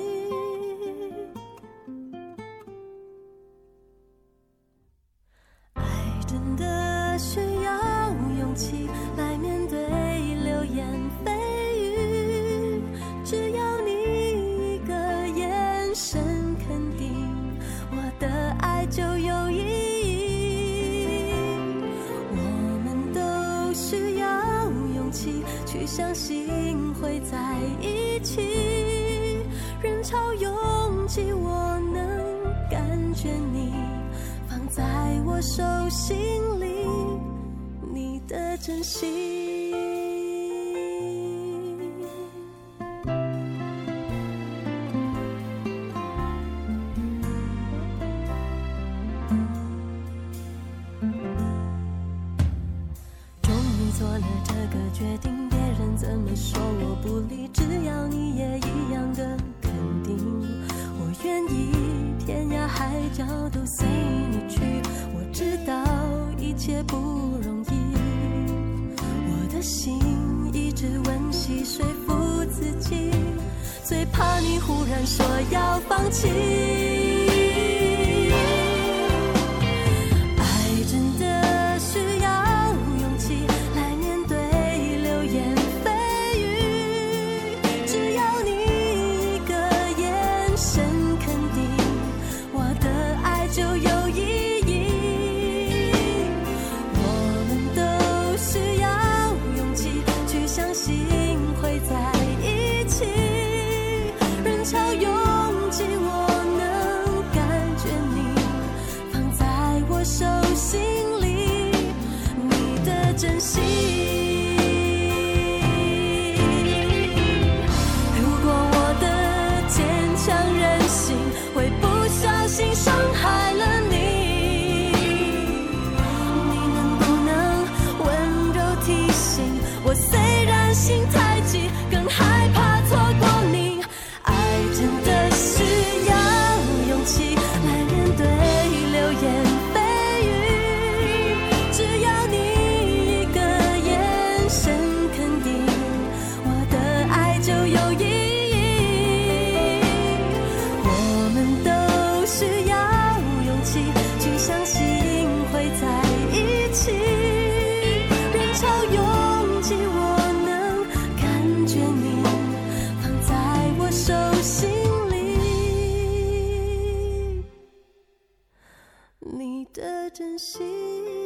爱真的需要勇气来面对流言蜚语，只要你一个眼神肯定，我的爱就有意义。我们都需要勇气去相信会在一起，人潮拥挤我能感觉你放在我手心里，你的真心。终于做了这个决定，别人怎么说我不理，只要你也一样的肯定，我愿意天涯海角都随你去。我知道一切不容易，我的心一直温习说服自己，最怕你忽然说要放弃。爱真的需要勇气来面对流言蜚语，只要你一个眼神肯定，我的爱就有意义。我们都需要勇气去相信会在一起，人潮拥挤我能感觉你放在我手心里，你的真心。如果我的坚强任性会不小心伤害了你，你能不能温柔提醒我，虽然心太急，更害怕错过你。爱真的需要勇气来面对流言蜚语，只要你一个眼神肯定，我的爱就有意义。我们都需要勇气去相信会在一起，人潮拥挤我能感觉你放在我手心里，你的真心。